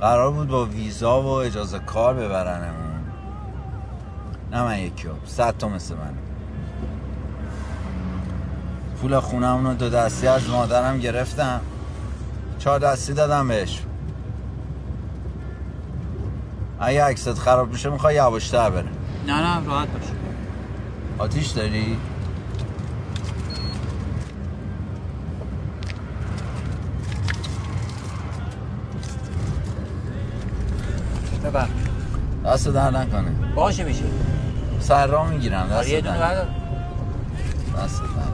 قرار بود با ویزا و اجازه کار ببرنمون، نه من یکی ها 100 تا مثل من. پول خونمونو 2 دستی از مادرم گرفتم، 4 دستی دادم بهش. اگه عکست خراب میشه میخوای یواشتر بره؟ نه راحت باش. آتیش داری؟ ببر. دست در نکنه. باشه میشه. سر راه میگیرم. دست یه دونه بردار. دست در.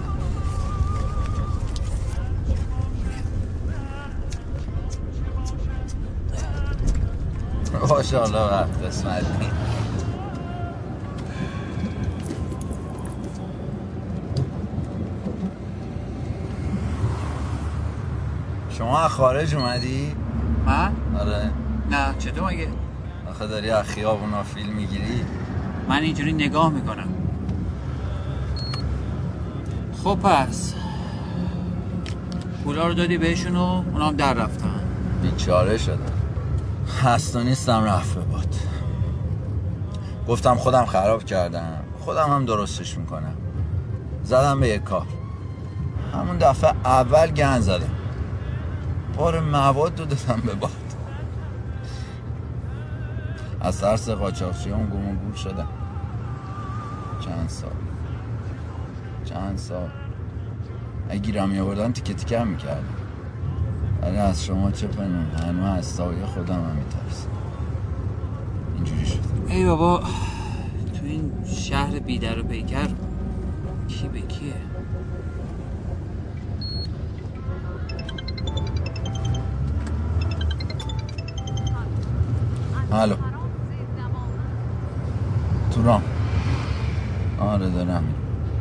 ماشاءالله وقت قسمت نی. شما از خارج اومدی؟ من؟ آره. نه چطور مگه؟ آخه داری از خیابونا فیلم میگیری؟ من اینجوری نگاه میکنم. خب پس پولا رو دادی بهشون و اونا هم در رفتن. بیچاره شدم. هست و نیستم رفت به باد. گفتم خودم خراب کردم، خودم هم درستش میکنم. زدم به یک کار. همون دفعه اول گند زدم، بار مواد رو دادم به باد. از ترس قاچاقچیام گم و گور شدم. چند سال اگه گیرم می‌آوردن تیکه تیکه هم میکردم. ولی از شما چه پنون، هنوز از سایه خودم هم میترسم. اینجوری شد. ای بابا، تو این شهر بیدر و پیکر کی به کیه؟ الو تو رام؟ آره دارم میرم.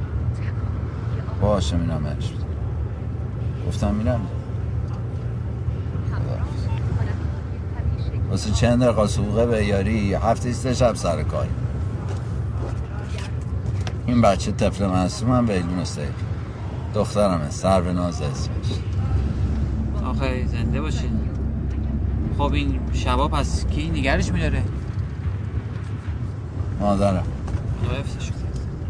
باشه میرم برش بدم. گفتم میرم. واسه چند درخواست حقوقه به یاری هفته 3 شب سر کاری. این بچه طفل معصوم هم بیلون سیف دخترمه، سر به ناز اسمش. آخه زنده باشین. خب این شبا پس کی نگرش میداره؟ مادرم. حفظش شد.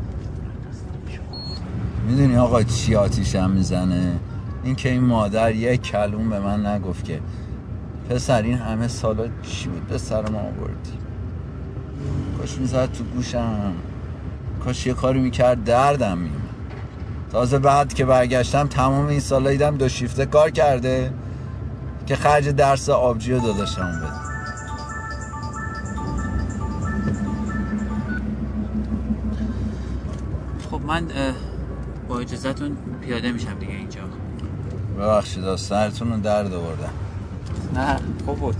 میدونی آقا چی آتیشم میزنه؟ این که این مادر یک کلون به من نگفت که پسر این همه سالا چی بود به سر ما آوردی. کاش میزد تو گوشم، کاش یه کاری میکرد دردم میومد. تازه بعد که برگشتم تمام این سالا دیدم 2 شیفته کار کرده که خرج درس آبجی رو داداشم بده. خب من با اجازهتون پیاده میشم دیگه اینجا. ببخشید سرتون رو درد آوردم. نه خوب بود.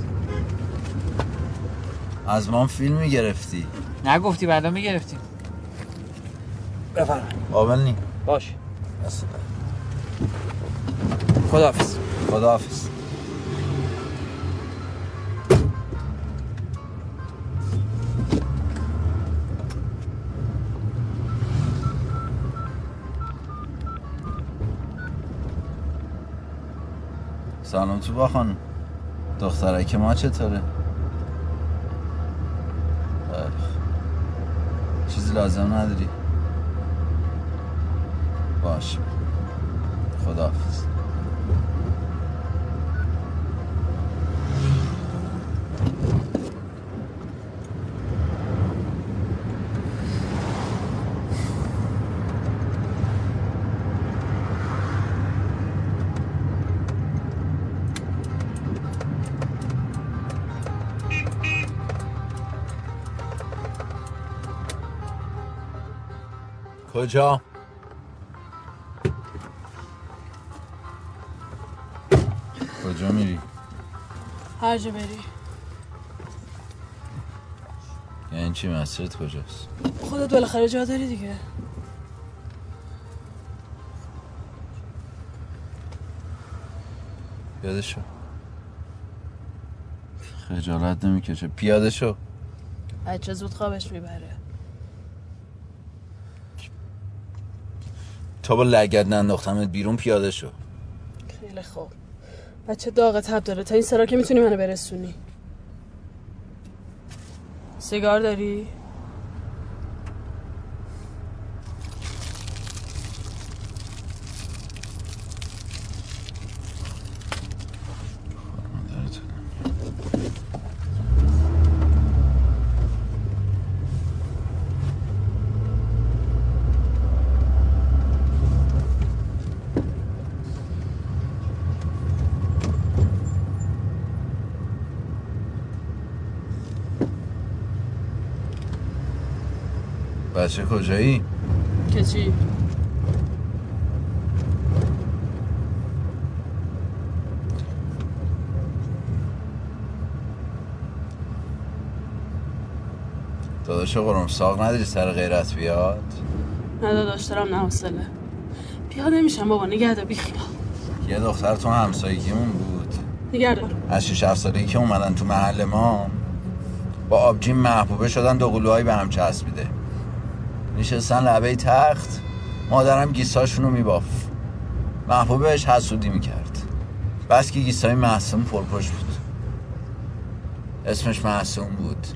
از ما فیلم میگرفتی؟ نگفتی بعدا میگرفتیم. بفرمایید. قابل نی؟ باش. دست خداحافظ. خداحافظ. سلام تو با خانم. دخترک ما چطوره؟ چیزی لازم نداری؟ باشه خداحافظ. کجا؟ کجا میری؟ هر جا بری. یعنی چی؟ مسیرت کجاست؟ خودت بالاخره جا داری دیگه. پیاده شو. خجالت نمیکشه. پیاده شو. بچه زود خوابش میبره. تا با لگد ننداختمت بیرون. پیاده شو. خیلی خوب. بچه داغ تب داره. تا این سرا که میتونی منو برسونی. سیگار داری؟ بچه کجایی؟ که چی؟ داداش قرمساق نداری سر غیرت بیاد؟ نه داداش دارم نه حوصله. پیاده میشم بابا، نگهدار بیخیال. یه دختر تو همسایگیمون بود، نگهدار. از 6-7 سالگی که اومدن تو محل ما با آبجیم محبوبه شدن، دو قلوهایی به هم چسبیده، نشستن لبه تخت، مادرم گیساشونو میباف، محبوبه بهش حسودی میکرد. بس که گیسای معصوم پرپشت بود، اسمش معصوم بود.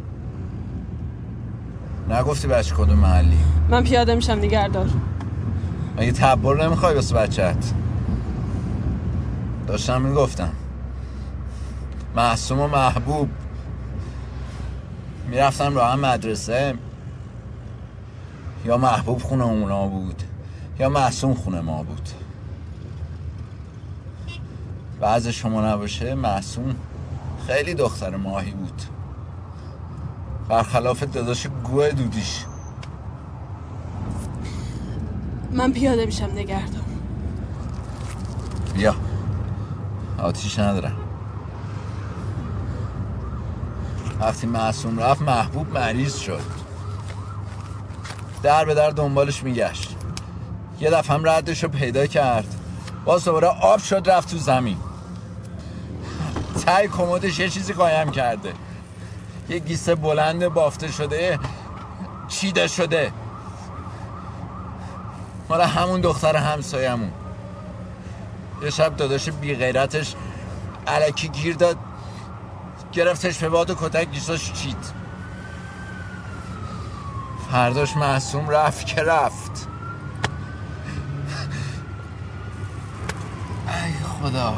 نگفتی بچه کدوم محلی؟ من پیاده میشم، نگهدار. مگه تبر نمیخوای واسه بچه‌ت؟ داشتم میگفتم معصوم و محبوب میرفتم راه هم مدرسه، یا محبوب خونه اونا بود یا معصوم خونه ما بود. بعض شما نباشه معصوم خیلی دختر ماهی بود، برخلاف داداش گوه دودیش. من پیاده میشم، نگهدار. بیا، آتیش ندارم. وقتی معصوم رفت محبوب مریض شد، در به در دنبالش میگشت. یه دفعه هم ردش رو پیدا کرد، باز دوباره آب شد رفت تو زمین. تای کمدش یه چیزی قایم کرده، یه گیسه بلند بافته شده چیده شده، مال همون دختر همسایمون. یه شب داداش بی غیرتش الکی گیر داد، گرفتش به باد و کتک گیساش چید. فرداش معصوم رفت که رفت. ای خدا.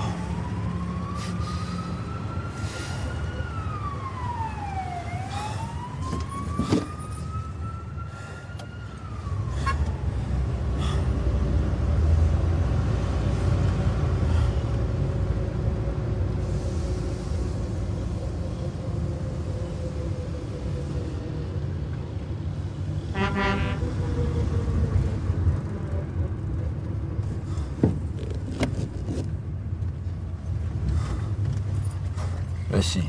بشین.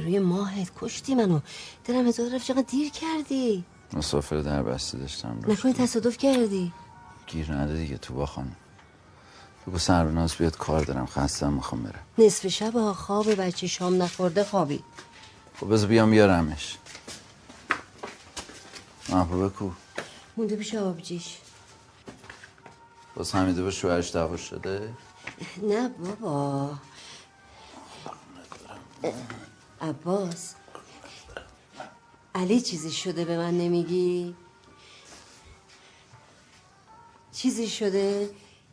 روی ماهت کشتی منو. دلم هزار رفت چقدر دیر کردی. مسافر در بسته داشتم. نکنی تصادف کردی؟ گیر نده دیگه تو با خانم. بگو سربناز بیاد کار دارم، خستم میخوام برم. نصف شب خواب بچه شام نخورده خوابی. خب بذار بیام بیارمش. محبوبه کو؟ مونده پیش آبجیش. باز حمیده به شوهرش دعوا شده؟ نه بابا. عباس علی چیزی شده به من نمیگی؟ چیزی شده؟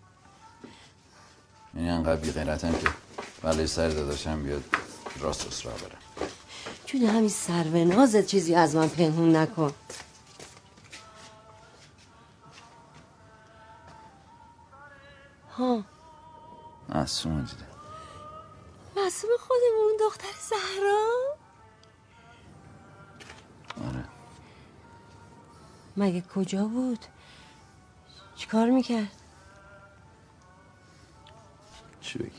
یعنی انقدر بیغیرتم که ولی سر داداشم بیاد راست را برم. چون همین سرو نازت چیزی از من پنهون نکن. ها معصومه دیده. معصوم خودمون دختر زهرا؟ آره. مگه کجا بود؟ چی کار میکرد؟ چی بگم؟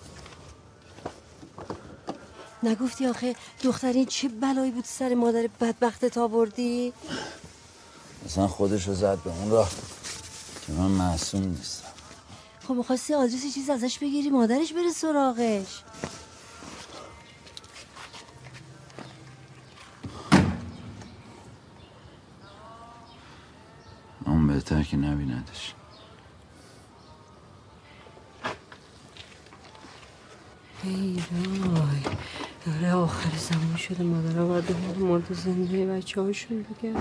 نگفتی آخه دختری چه بلایی بود سر مادر بدبختت آوردی؟ اصلا خودشو زد به اون راه که من معصوم نیستم. خب میخواستی آدرس چیز ازش بگیری مادرش بره سراغش. اون بهتر که نبیندش. ای وای داره آخر زمان شده. مادرها باید به مرد زنده بچه هاشون بگرد.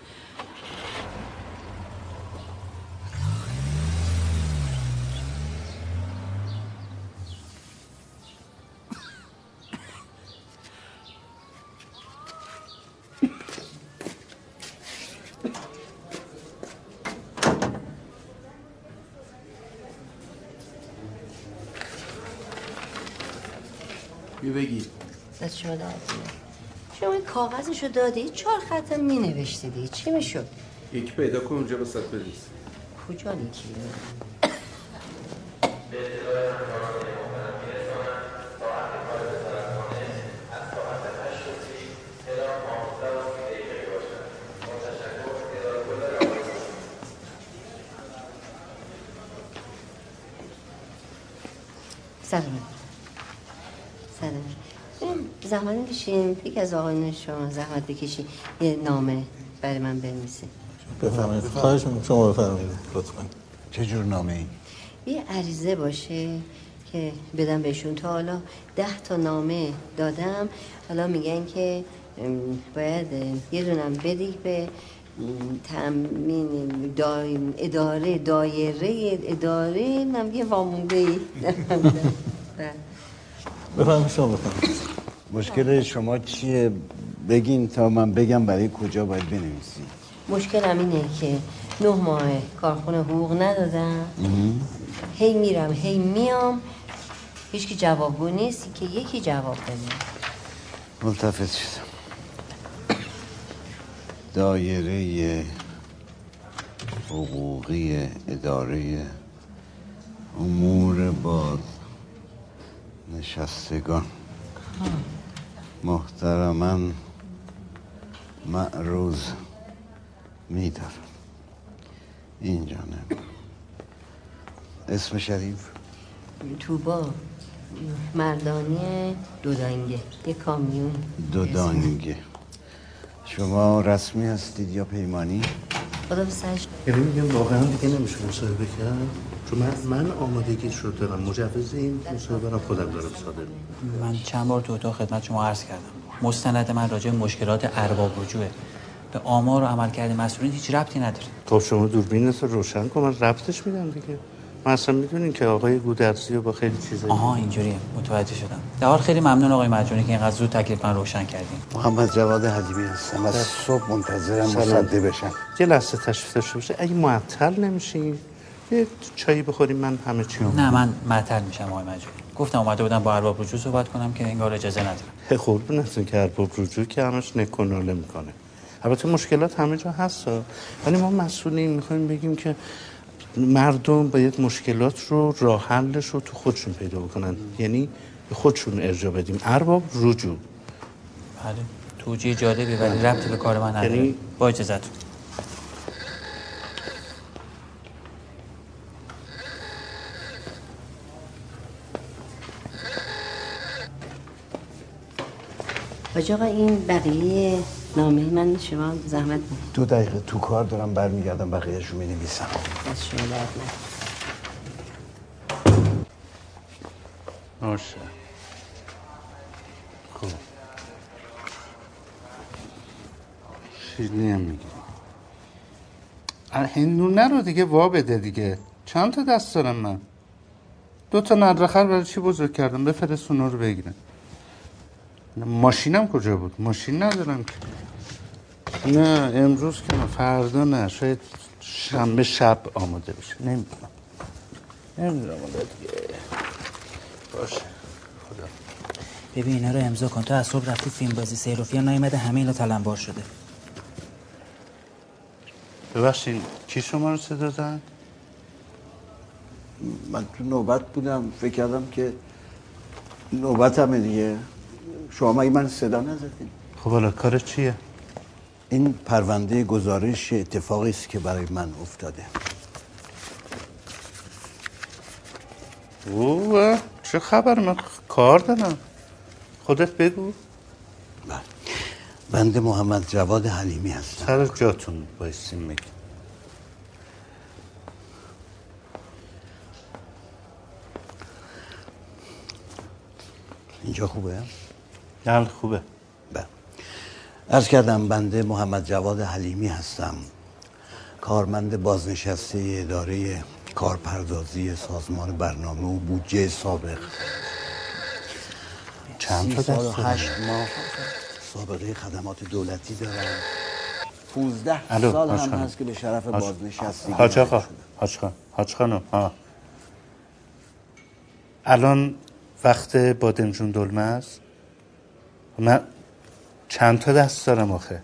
بیا بگی دست شما دردیه. شما این کاغذشو دادی 4 خطم می نوشتیدی چی میشد؟ یکی پیدا کن اونجا بسات بریز. کجا یکی؟ سلام. زحمت میکشیم یکی از آقایون شما زحمت بکشی یه نامه برای من بنویسه. بفرمایید. خواهش می‌کنم شما بفرمایید لطفاً. چه جور نامه‌ای؟ یه عریضه باشه که بدم بهشون. تا حالا 10 تا نامه دادم. حالا میگن که باید یه دونم بدی به تأمین اداره نم یه وامونده‌ای. بفرمایید شما بفرمایید. مشکل شما چیه؟ بگین تا من بگم برای کجا باید بنویسی. مشکلم اینه که 9 ماه کارخونه حقوق ندادم. هی میرم هی میام هیچکی جوابگو نیست که یکی جواب بده. ملتفت شدم. دایره حقوقی اداره امور باز نشستگان محترماً معروض می‌دارم. اینجا نه. اسم شریف توبا مردانی دودانگه. یه کامیون دودانگه. شما رسمی هستید یا پیمانی؟ خدا به سرش. یعنی میگم واقعا دیگه نمیشه مصاحبه کرد چون من آمادگی رو دارم. مجوز این مصاحبه رو خودم دارم صادر. من چند بار تو اتاق خدمت شما عرض کردم مستند من راجع به مشکلات ارباب رجوعه. به آمار و عملکرد مسئولین هیچ ربطی نداره. خب شما دوربینت رو روشن کن من ربطش میدم دیگه. من اصلا میدونین که آقای گودرزی رو با خیلی چیزایی. آها اینجوریه متوجه شدم. در حال خیلی ممنون آقای مجانی که اینقدر زود تکلیف من روشن کردین. محمد جواد حلیمی هستم. از صبح منتظرم مصدی بشم. یه لحظه تشریف داشته باشه. اگه معطل نمیشین یه چایی بخوریم من همه چی رو. نه من معطل میشم آقای مجانی. گفتم اومده بودم با ارباب رجوع صحبت کنم که انگار اجازه ندارم. قربونتون که ارباب رجوع که همش نکناله میکنه. البته مشکلات همه جا هست ولی ما مسئولین میخوایم بگیم که مردم باید مشکلات رو راه حلش رو تو خودشون پیدا بکنن. یعنی به خودشون ارجاع بدیم. ارباب رجوع بله توجیه جالبی ولی ربطی به کار من نداره. یعنی با اجازهتون. حاج آقا این بقیه نامه من شما زحمت بود. 2 دقیقه تو کار دارم برمیگردم بقیه‌شو می‌نویسم. از شما درد نکنه. باشه. خب شیرینی هم میگیرم. هندونه رو دیگه وا بده دیگه. چند تا دست دارم من؟ 2 تا ندرخر برای چی بزرگ کردم؟ بفرست اونا رو بگیرم. ماشینم کجا بود؟ ماشین ندارم که. نه امروز که نه، فردا نه، شاید شنبه شب آماده بشه. نمیدونم دیگه. باشه خدا. ببین اینا رو امضا کن. تو از صبح رفتی فیلم بازی سیروفیا نیومده، همه اینا تلمبار شده. ببخشید کی شما رو صدا زد؟ من تو نوبت بودم، فکر کردم که نوبتمه دیگه. شما مگه من صدا نزدین؟ خب حالا کارت چیه؟ این پرونده گزارش اتفاقی است که برای من افتاده. اوه چه خبر؟ من کار دارم. خودت بگو. بنده محمد جواد حلیمی هستم. سر جاتون بایستیم میگم. اینجا خوبه؟ حال خوبه. بله. عرض کردم بنده محمد جواد حلیمی هستم، کارمند بازنشسته اداره کارپردازی سازمان برنامه و بودجه سابق. چند تا 30 سال و دست 8 ماه سابقه خدمات دولتی دارم. 15 سال هم هست که به شرف بازنشستگی حاج خانم الان وقت بادمجون دلمه است. من چند تا دست دارم آخه.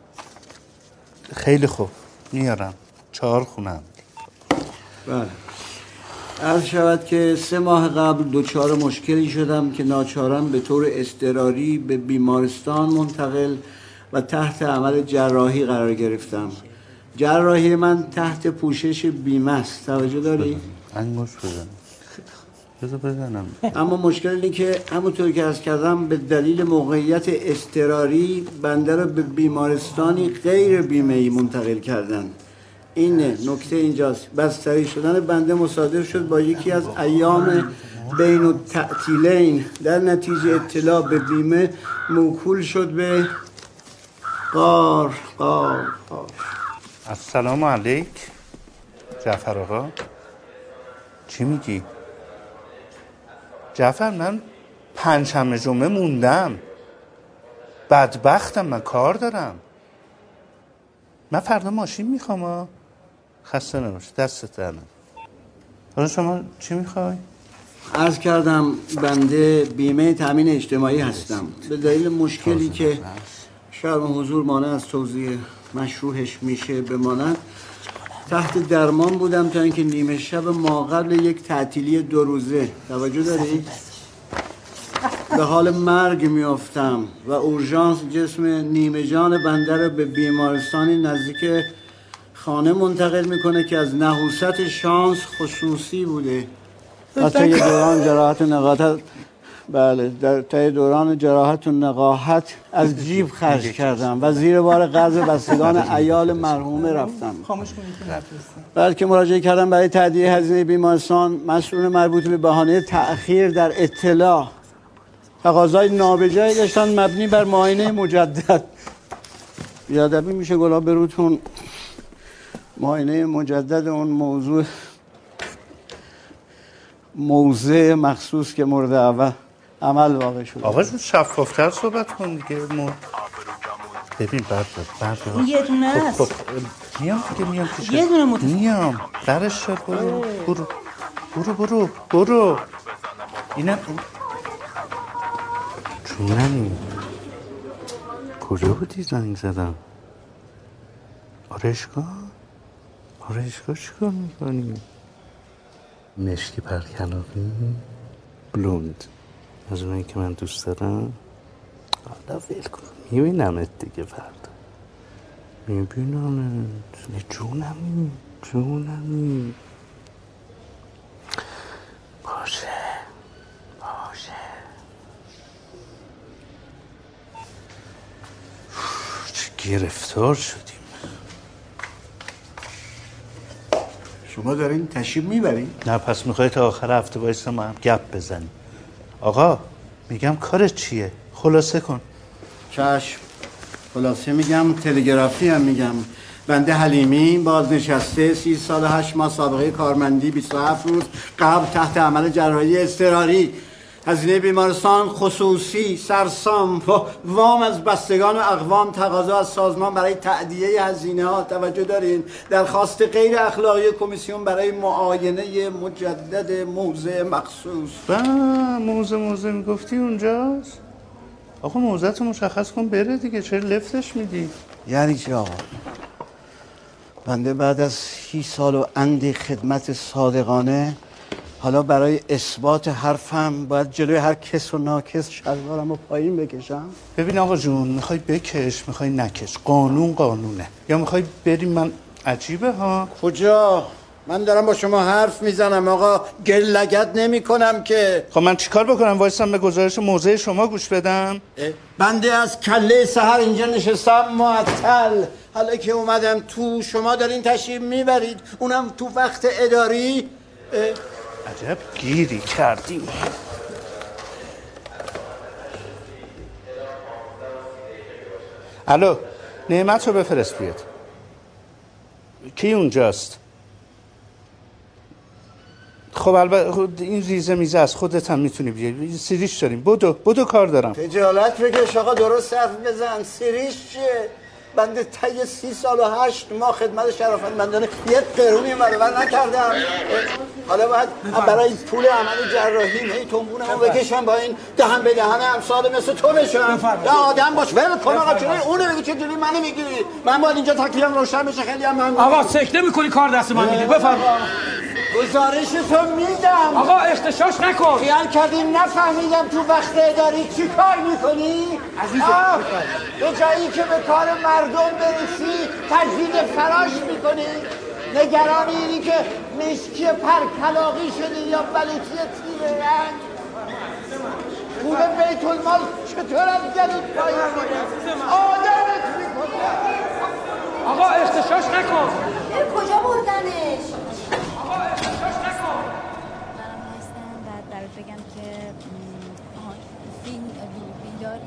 خیلی خوب میارم. 4 خونم. بله. عرض شود که 3 ماه قبل دچار مشکلی شدم که ناچارم به طور اضطراری به بیمارستان منتقل و تحت عمل جراحی قرار گرفتم. جراحی من تحت پوشش بیمه است. توجه داری؟ انگوش بزنم. اما مشکل اینه که همونطور که عرض کردم به دلیل موقعیت اضطراری بنده رو به بیمارستانی غیر بیمه‌ای منتقل کردن. این نکته اینجاست. بستری شدن بنده مصادف شد با یکی از ایام بین التعطیلین. در نتیجه اطلاع به بیمه موکول شد به قار. السلام علیک جعفر آقا. چی میگی؟ جعفر من 5 جمعه موندم. بدبختم. من کار دارم. من فردا ماشین میخوام. خسته نباش. دستت درد نکنه. حالا شما چی میخوای؟ عرض کردم بنده بیمه تامین اجتماعی هستم. به دلیل مشکلی که شرم حضور مانع از توضیح مشروحش میشه بماند تحت درمان بودم تا اینکه نیمه شب ما قبل یک تعطیلی 2 روزه، توجه داری؟ به حال مرگ میافتم و اورژانس جسم نیمه جان بنده رو به بیمارستانی نزدیک خانه منتقل میکنه که از نحوست شانس خصوصی بوده. تا یه دوران جراحت و نقاهت در طی دوران جراحت و نقاهت از جیب خرج کردم و زیر بار قرض بستگان عیال مرحومه رفتم. بلکه مراجعه کردم برای تأدیه هزینه بیمارستان. مسئول مربوط به بهانه تأخیر در اطلاع تقاضای نابجایی داشتن مبنی بر معاینه مجدد. بیادبی میشه گلاب بروتون. معاینه مجدد اون موضع مخصوص که مورد عمل واقع شده. آقا جون شفافتر صحبت کن دیگه. ببین بردار یه دونه است. خب میام دیگه. میام پیشت. یه دونه میام. درش شد. برو. اینم جونمی کجا بودی زنگ زدم؟ آرایشگاه چی کار میکنی؟ مشکی پرکلاقی بلوند از اونایی که من دوست دارم. حالا ول کن، میبینمت دیگه فردا. میبینمت جونمی. باشه چه گرفتار شدیم. شما دارین تشریف میبرین؟ نه پس میخوای تا آخر هفته بایستا ما هم گپ بزنیم. آقا میگم کارت چیه؟ خلاصه کن. چشم. خلاصه میگم، تلگرافی هم میگم. بنده حلیمی بازنشسته 30 سال و 8 ماه سابقه کارمندی 27 روز قبل تحت عمل جراحی اضطراری، هزینه بیمارستان خصوصی، سرسام، وام از بستگان و اقوام، تقاضا از سازمان برای تأدیه هزینه ها. توجه دارین؟ درخواست غیر اخلاقی کمیسیون برای معاینه مجدد موضع مخصوص. موزه میگفتی اونجاست؟ آقا موزه‌تو مشخص کن بره دیگه، چرا لفتش میدی؟ یعنی چی آقا؟ بنده بعد از 30 سال و اندی خدمت صادقانه حالا برای اثبات حرفم باید جلوی هر کس و ناکس شلوارم رو پایین بکشم؟ ببین آقا جون، میخوای بکش میخوای نکش، قانونه. یا میخوای بریم؟ من عجیبه ها. کجا؟ من دارم با شما حرف میزنم آقا، گل لگد نمی کنم که. خب من چیکار بکنم؟ وایسم به گزارش موضع شما گوش بدم؟ بنده از کله سحر اینجا نشستم معطل، حالا که اومدم تو شما دارین تشریف میبرید، اونم تو وقت اداری. عجب گیری کردیم. الو، نعمت رو بفرست بیاد. کی اونجاست؟ خب البته این ریزه میزه است، خودت هم میتونی بیای. سیریش داریم، بدو کار دارم. خجالت بکش آقا، درست حرف بزن. سیریش چیه؟ بنده طی 30 سال و 8 ماه خدمت شرافتمندانه یه قرونی برابر نکردم. حالا باید برای پول عمل جراحی هی تنبونمو بکشم با این دهن به دهن امثال مثل تو بشم. یا آدم باش ول کن آقا، چرا اونو میگی چه جوری منو میگیری؟ من باید اینجا تکلیفم روشن بشه. خیلی هم ممنون. آقا سکته میکنی کار دست من میدی، بفرما. گزارشتو میدم. آقا اختشاش نکن. خیال کردیم نفهمیدم تو وقت اداری چی کار میکنی؟ عزیزم به جایی که به کار مردم برسی تجدید فراش میکنی؟ نگران اینی که مشکی پرکلاقی شدی یا بلوطی تیره رنگ؟ پول بیت المال چطور از گلوت پایین میره؟ آدمت میکنه. آقا اختشاش نکن. کجا بردنش؟ آقا اختشاش نکن. منم هستم بعد برات بگم که بینداری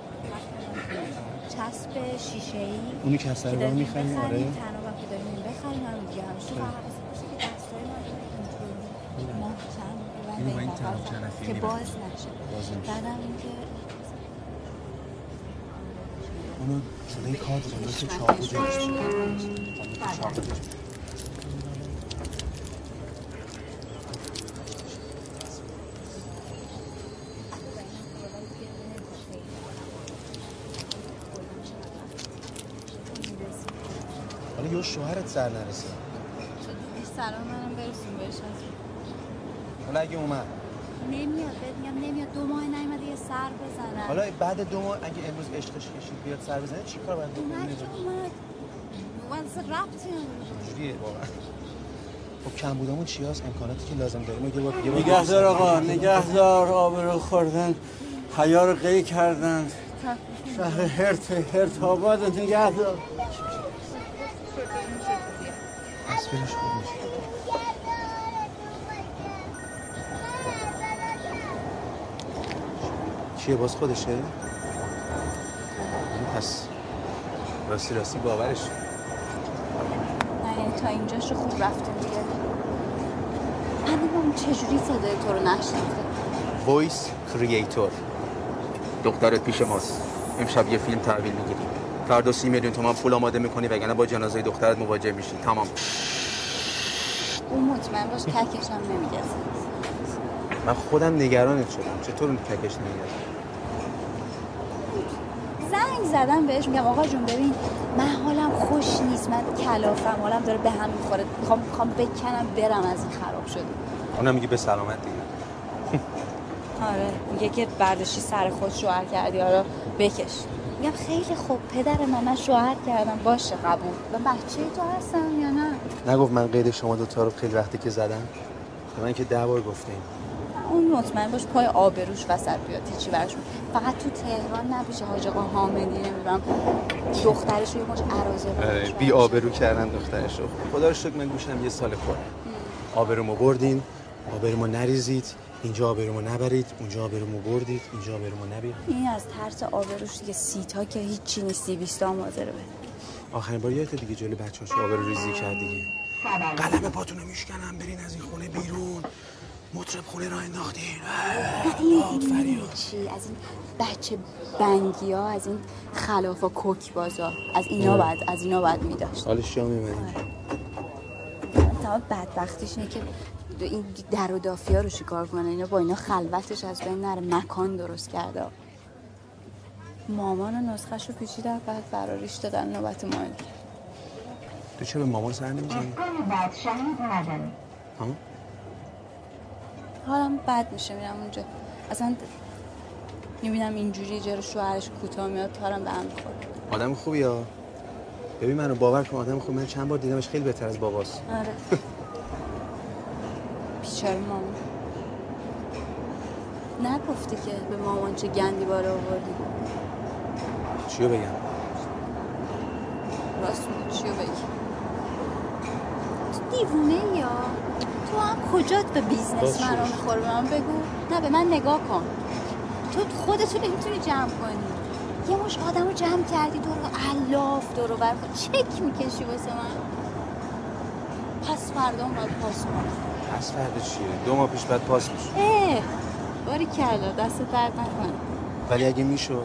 چسب شیشه‌ای اونی که از سر راه می‌خریم. آره تنها وقتی داریم بخریم هم دیگه همیشه فقط باشه که دستای ما اینطوری محکم اینو با این تناب چرفی که باز نشه. بعدم اینکه اونو جلوی کارت جلوی که چاقو جلوش حالا یه شوهرت سر نرسه. سلام منم برسون بهش هست. حالا اگه اومد نمیاد، بهت میگم نمیاد. 2 ماه نیومده یه سر بزنه. حالا بعد 2 ماه اگه امروز عشقش کشید بیاد سر بزنه چی کار باید بکنی؟ اومد اصلا ربطی نداره. چجوریه واقعا؟ خب کم بودمون چی هست؟ امکاناتی که لازم داریم یه بار نگهدار آقا، نگهدار. آبرو خوردن، حیا رو قی کردن. شهر هرت آباد نگهدار. تصویرش خوب میشه. چیه باز خودشه؟ پس راستی باورش. نه یعنی تا اینجاش رو خوب رفتیم دیگه. من چجوری صدای تو رو نشنیده؟ وایس کریئتور. دخترت پیش ماست. امشب یه فیلم تحویل میگیری. فردا 30 میلیون تومان پول آماده میکنی وگرنه با جنازه دخترت مواجه میشی. تمام. اون مطمئن باش ککش هم نمیگه. من خودم نگرانت شدم. چطور اون ککش نمیگه؟ زنگ زدم بهش میگم آقا جون ببین من حالم خوش نیست، من کلافم، حالم داره به هم میخوره، میخوام بکنم برم، از این خراب شده. اونم میگه به سلامت دیگه. آره میگه که برداشتی سر خود شوهر کردی آره بکش. میگم خیلی خوب پدر من شوهر کردم باشه قبول. من بچه تو هستم یا نه؟ نگفت من قید شما دوتا رو خیلی وقتی که زدم؟ به من که 10 بار گفتیم. اون مطمئن باش پای آبروش وسط بیاد هیچی براشون. فقط تو تهران نبیشه حاج آقا حامدی نمیدونم دخترش رو یه مش عراضه بی آبرو کردن دخترش رو. خدا رو شکر من گوشم یه سال خورد. آبرومو بردین، آبرومو نریزید، اینجا آبرومو نبرید، اونجا آبرومو بردید، اینجا آبرومو نبرید. این از ترس آبروش دیگه سیتا که هیچی نیستی 20 تا مازره بده. آخرین بار یادت دیگه جلوی بچه‌هاش آبرو ریزی کرد دیگه. قلم پاتونو میشکنم برین از این خونه بیرون. مطرب خونه را انداختین. این چی از این بچه بنگیا از این خلافا کوک بازا از اینا بعد می‌داشت. حالش جا می‌مونی. تمام بدبختیش اینه که این در و دافیا رو شکار کنه. اینا با اینا خلوتش از بین نره. مکان درست کرده. مامان نسخه‌ش رو پیچیدن بعد فراریش دادن نوبت ما. تو چه به مامان سر نمی‌زنی؟ ها؟ حالم بد میشه میرم اونجا. اصلا میبینم اینجوری جلو شوهرش کوتاه میاد تارم به هم میخوره. آدم خوبی ها. ببین منو باور کن آدم خوبی. من چند بار دیدمش خیلی بهتر از باباست. آره. بیچاره مامان. نگفتی که به مامان چه گندی باره آوردی؟ چیو بگم؟ راست میگی چیو بگی؟ تو دیوونه یا؟ تو هم کجات به بیزنس من رو میخوره؟ به من بگو. نه به من نگاه کن. تو خودتو نمیتونی جمع کنی. یه مش آدم رو جمع کردی دور الاف دور بر چک میکشی واسه من. پس فردا باید پاس کنم. پس فردا چیه؟ 2 ماه پیش بعد پاس میشه. باری کلا دست درد نکنه. ولی اگه میشد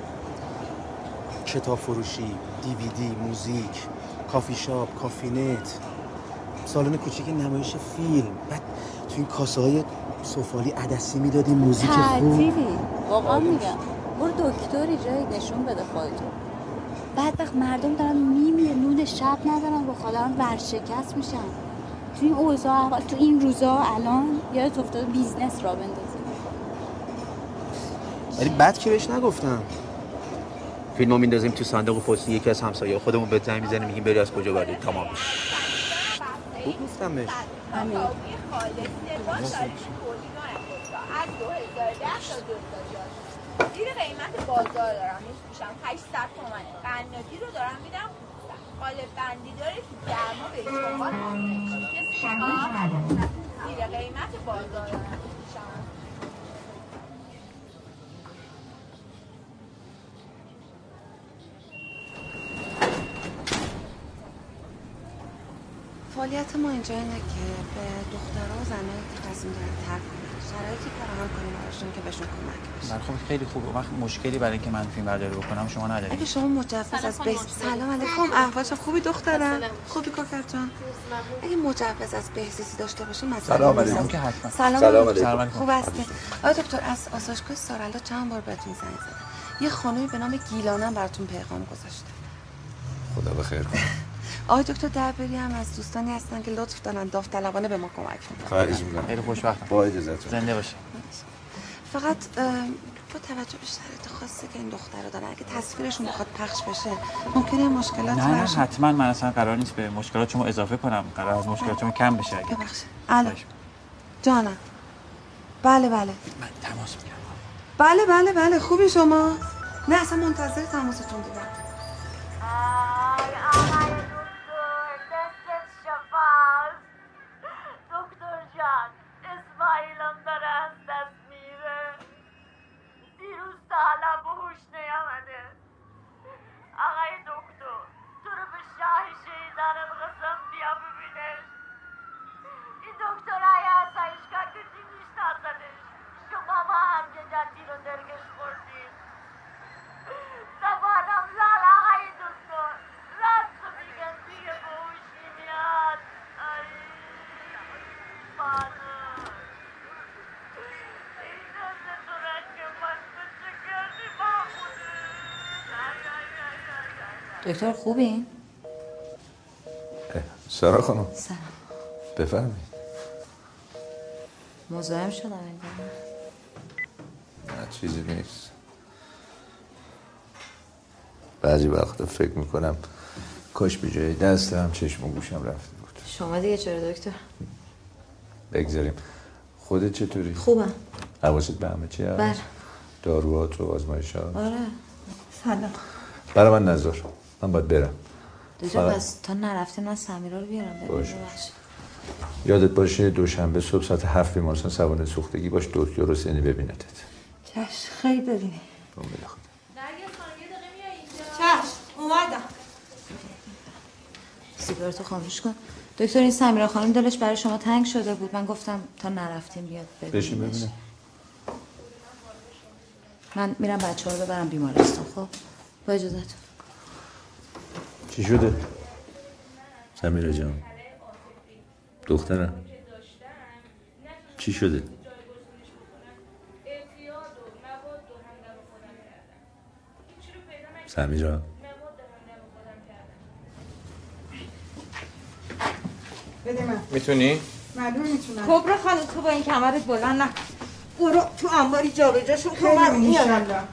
کتاب فروشی، دیویدی، موزیک، کافی شاپ، کافی نت، سالن کوچیک نمایش فیلم، بعد تو این کاسه های سفالی عدسی میدادی موزیک خوب. تعطیلی واقعا میگم. برو دکتری جایی نشون بده خودتو. بعد وقت مردم دارن میمیره نون شب ندارن با خودم ورشکست میشن. تو این اوضاع تو این روزا الان یادت افتاده بیزنس را بندازی. ولی بد که بهش نگفتم. فیلمو میندازیم تو صندوق پستی یکی از همسایه‌ها خودمون به زنگ میزنیم میگیم بری از کجا بردی تمام. خوب گفتم بهش. همین. زیر قیمت بازار دارم میشم 800 تومن. قنادی رو دارم میدم قالب بندی داره تو گرما به شما زیر قیمت بازار دارم میشم. فعالیت ما اینجا اینه که به دخترها و زنایی که تصمیم دارن ترک کنن شرایطی فراهم کنیم براشون که بهشون کمک بشه. من خب خیلی خوبه. وقت مشکلی برای اینکه من فیلم برداری بکنم شما ندارید. اگه شما مجوز از سلام علیکم. احوالش خوبی دخترم؟ خوبی کوکر جان؟ اگه مجوز از بهزیستی داشته باشین مثلا سلام علیکم که حتما. سلام علیکم. خوب هستی؟ آقای دکتر از آسایشگاه سارلا چند بار بهتون زنگ زدم. یه خانومی به نام گیلانم براتون پیغام گذاشته. خدا بخیر کنه. آقای دکتر دربری هم از دوستانی هستن که لطف دارن داوطلبانه به ما کمک میکنن. خواهش می‌کنم. خیلی خوشبختم. با اجازهتون. زنده باشی. فقط با توجه به شرایط خاصی که این دخترها دارن اگه تصویرشون بخواد پخش بشه ممکنه مشکلاتی نه باشه. حتما من اصلا قرار نیست به مشکلات شما اضافه کنم. قرار از مشکلات شما کم بشه. اگه ببخشید. الو. جانم. بله. من تماس میگیرم. بله. خوبی شما؟ نه اصلا منتظر تماستون بودم. دکتر جان اسماعیلم داره از دست میره. دیروز تا حالا به هوش نیامده. آقای دکتر تو رو به شاه شهیدانم قسم بیا ببینش. این دکتر های آسایشگاه کسی میشناسدش. شما با هم جدی رو درگش خوردید. زبانم لال آقای دکتر راست میگن دیگه به هوش میاد. دکتر خوبین؟ سارا خانم سلام. بفرمایید. مزاحم شدم انگار. چیزی نیست. بعضی وقتا فکر میکنم کاش به جای دستم چشم و گوشم رفته بود. شما دیگه چرا دکتر؟ بگذاریم. خودت چطوری؟ خوبم. حواست به همه چی هست؟ بله. داروهات و آزمایشات؟ آره. سلام. برای من نذار، من باید برم. دکتر پس تا نرفتیم من سمیرا رو بیارم. باشه. یادت باشه دوشنبه صبح ساعت 7 بیمارستان سوانح سوختگی باش، دکتر حسینی ببینتت. چشم، خیلی ببینی. چشم، اومدم. سیگارتو خاموش کن. دکتر این سمیرا خانم دلش برای شما تنگ شده بود، من گفتم تا نرفتیم بیاد ببینیمش. بشین ببینم. من میرم بچه‌ها رو ببرم بیمارستان. خب با اجازهتون. چی شده؟ سمیرا جان دخترم چی شده؟ سمیرا بده من. میتونی؟ معلومه میتونم. کبرا خانم تو با این کمرت بلند نه. برو تو انباری جابجا شو که من میارم.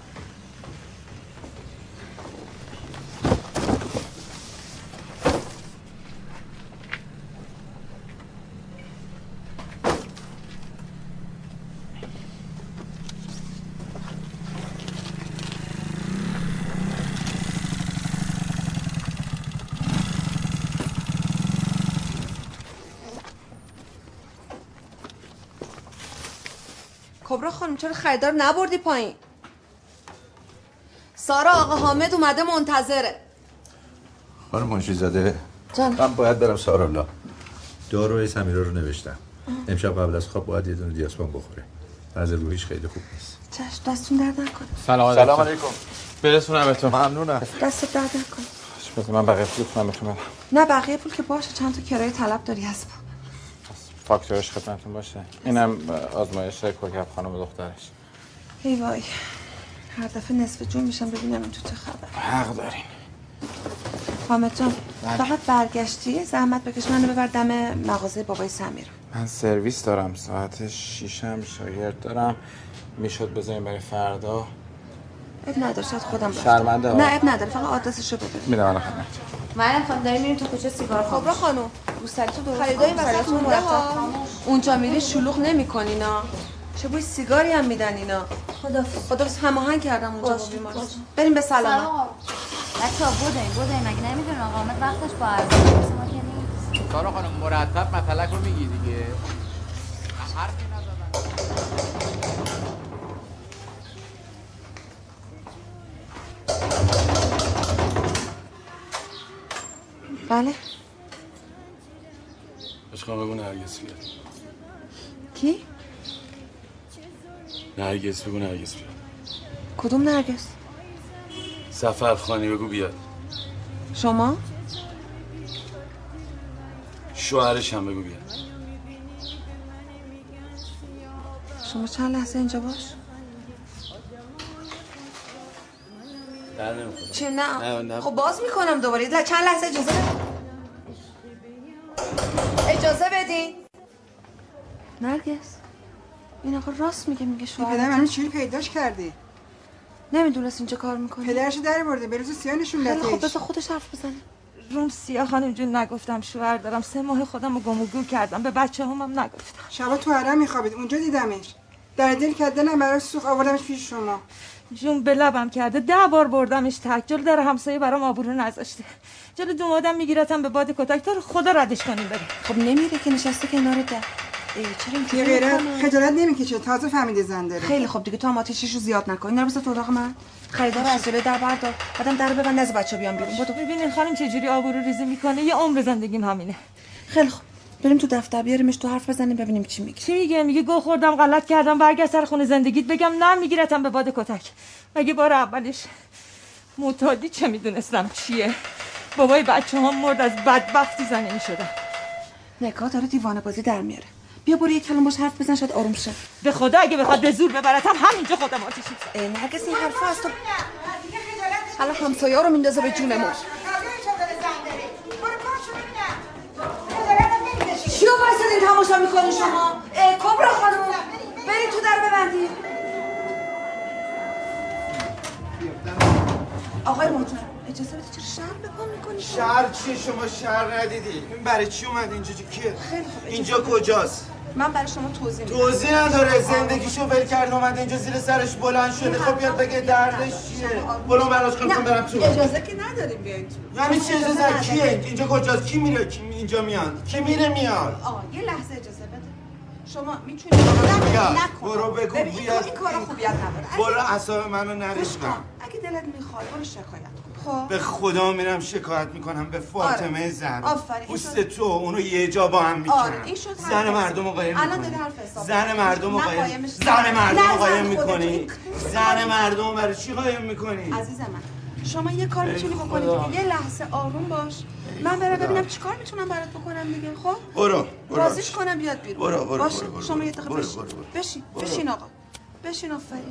کبرا خانم چرا خریدار نبردی پایین؟ سارا آقا حامد اومده منتظره. خانم منشی‌زاده جان. من باید برم سارالا. داروی سمیرا رو نوشتم. امشب قبل از خواب باید یه دونه دیاسپام بخوره. وضع روحیش خیلی خوب نیست. چشم دستون درد نکنه. سلام علیکم. برسونم بهتون. ممنونم. دست درد نکنه. بذار من بقیه پول بتونم بهتون بدم. نه بقیه پول که باشه، چند تا کرایه طلب داری هست. فاکتورش خدمتتون باشه. اینم آزمایش کوکب خانم دخترش. ای وای. هر دفعه نصف جون میشم ببینم این تو چه خبر. حق دارین. حامد جان فقط برگشتی زحمت بکش منو ببر دم مغازه بابای سمیر. من سرویس دارم ساعت 6 شاگرد دارم. میشد بذاریم برای فردا. اب نداره شاید خودم رفتم. شرمنده ها. نه اب نداره فقط آدرسشو بده. میدم الان خدمت. مریم خانم داریم میریم تو کوچه سیگار خاموش. کبرا خانم روسری تو درست خریدای وسط مونده ها. اونجا میری شلوغ نمی‌کنی اینا. چه بوی سیگاری هم میدن اینا. خدافظ هماهنگ کردم اونجا با بیمارستان. بریم به سلامت. بچه‌ها بدین مگه نمیدونن آقا حامد وقتش با ارزش ما که نیست. سارا خانم مرتب مطلق رو میگی دیگه. حرفی نزدن. بله. عشقم بگو نرگس بیاد. کی؟ نرگس بگو نرگس بیاد. کدوم نرگس؟ سفر خانی بگو بیاد. شما؟ شوهرش هم بگو بیاد. شما چند لحظه اینجا باش؟ نمیخوام. چه نه؟ خب باز میکنم دوباره. چند لحظه اجازه بدین. نرگس این آقا راست میگه شوهر. پدر منو چوری پیداش کرده؟ نمیدونست اینجا کار میکنه. پدرشو در برده به روز سیاه نشون دادش. خب بذار خودش حرف بزنه. روم سیاه خانم جون نگفتم شوهر دارم. 3 ماه خودم رو گم و گور کردم. به بچه‌هام هم نگفتم. شبا تو حرم میخوابید اونجا دیدمش. در دل کردنم برای سوخت آوردمش پیش شما. جون به لبم کرده 10 بار بردمش تک. جلو در همسایه برام آبرو نذاشته. جلو دومادم میگیرتم به باد کتک. تو رو خدا ردش کنیم بریم. خب نمیره که نشسته کنار در. چرا اینجوری غیرت خجالت نمیکشه. تازه فهمیده زن داره. خیلی خوب دیگه تو هم آتیششو زیاد نکن. اینا رو بذار تو اتاق من. خریدار از جلوی در بردار. بعدم درو ببند از بچه‌ها بیان بیرون. بدو. ببینین خانم چه جوری آبرو ریزی میکنه. یه عمر زندگیم همینه. خیلی خوب. بریم تو دفتر بیاریمش تو حرف بزنیم ببینیم چی میگه. چی میگه؟ میگه گو خوردم غلط کردم برگشت سر خونه زندگیت. بگم نه میگیرتم به باد کتک. مگه بار اولش معتادی چه میدونستم چیه؟ بابای بچه‌هام مرد از بدبختی زنه میشدم. نگاه داره دیوانه بازی در میاره. بیا برو یک کلمه باش حرف بزن شاید آروم شه. به خدا اگه بخواد به زور ببرتم همینجا خودم آتیش می‌زنم. نرگس این حرفا از تو حالا همسایه‌ها رو میندازه به جونمون. چیو وایسادین تماشا میکنین شما؟ کبرا خانم برید تو در ببندید. آقای محترم اجازه بده، چرا شهر به پا میکنی؟ شهر چیه؟ شما شهر ندیدی؟ این برای چی اومد اینجا؟ کیه؟ خیلی خوب. اینجا کجاست؟ من برای شما توضیح میدم. توضیح نداره، زندگیشو ول کرد اومد اینجا، زیر سرش بلند شده. خب بیاد بگه دردش چیه. برو براش کنم برم تو. اجازه که نداریم بیاین تو. یعنی چی اجازه؟ کیه؟ اینجا کجاست؟ کی میره؟ کی اینجا میاد؟ کی میره میاد؟ آقا یه لحظه اجازه بده. شما میتونید برو بگو بیاد. این کارا خوبیت نداره. برو اعصاب منو نریزم. اگه دلت میخواد برو شکایت کن. خب به خدا میرم شکایت میکنم به فاطمه زهرا. آفرین. پوست تو اونو یه جا با هم میکنم. این شد زن مردم رو قایم الان میکنی. داری حرف حساب. زن مردم رو قایم. زن مردم رو قایم میکنی. زن مردم رو برای چی قایم میکنی؟ عزیز من شما یه کار میتونی بکنی که یه لحظه آروم باش. من برم ببینم چیکار میتونم برات بکنم دیگه. خب برو راضیش کنم بیاد بیرون. برو باشه برو شما یه دقیقه بشین. بشین آقا. بشین آفرین.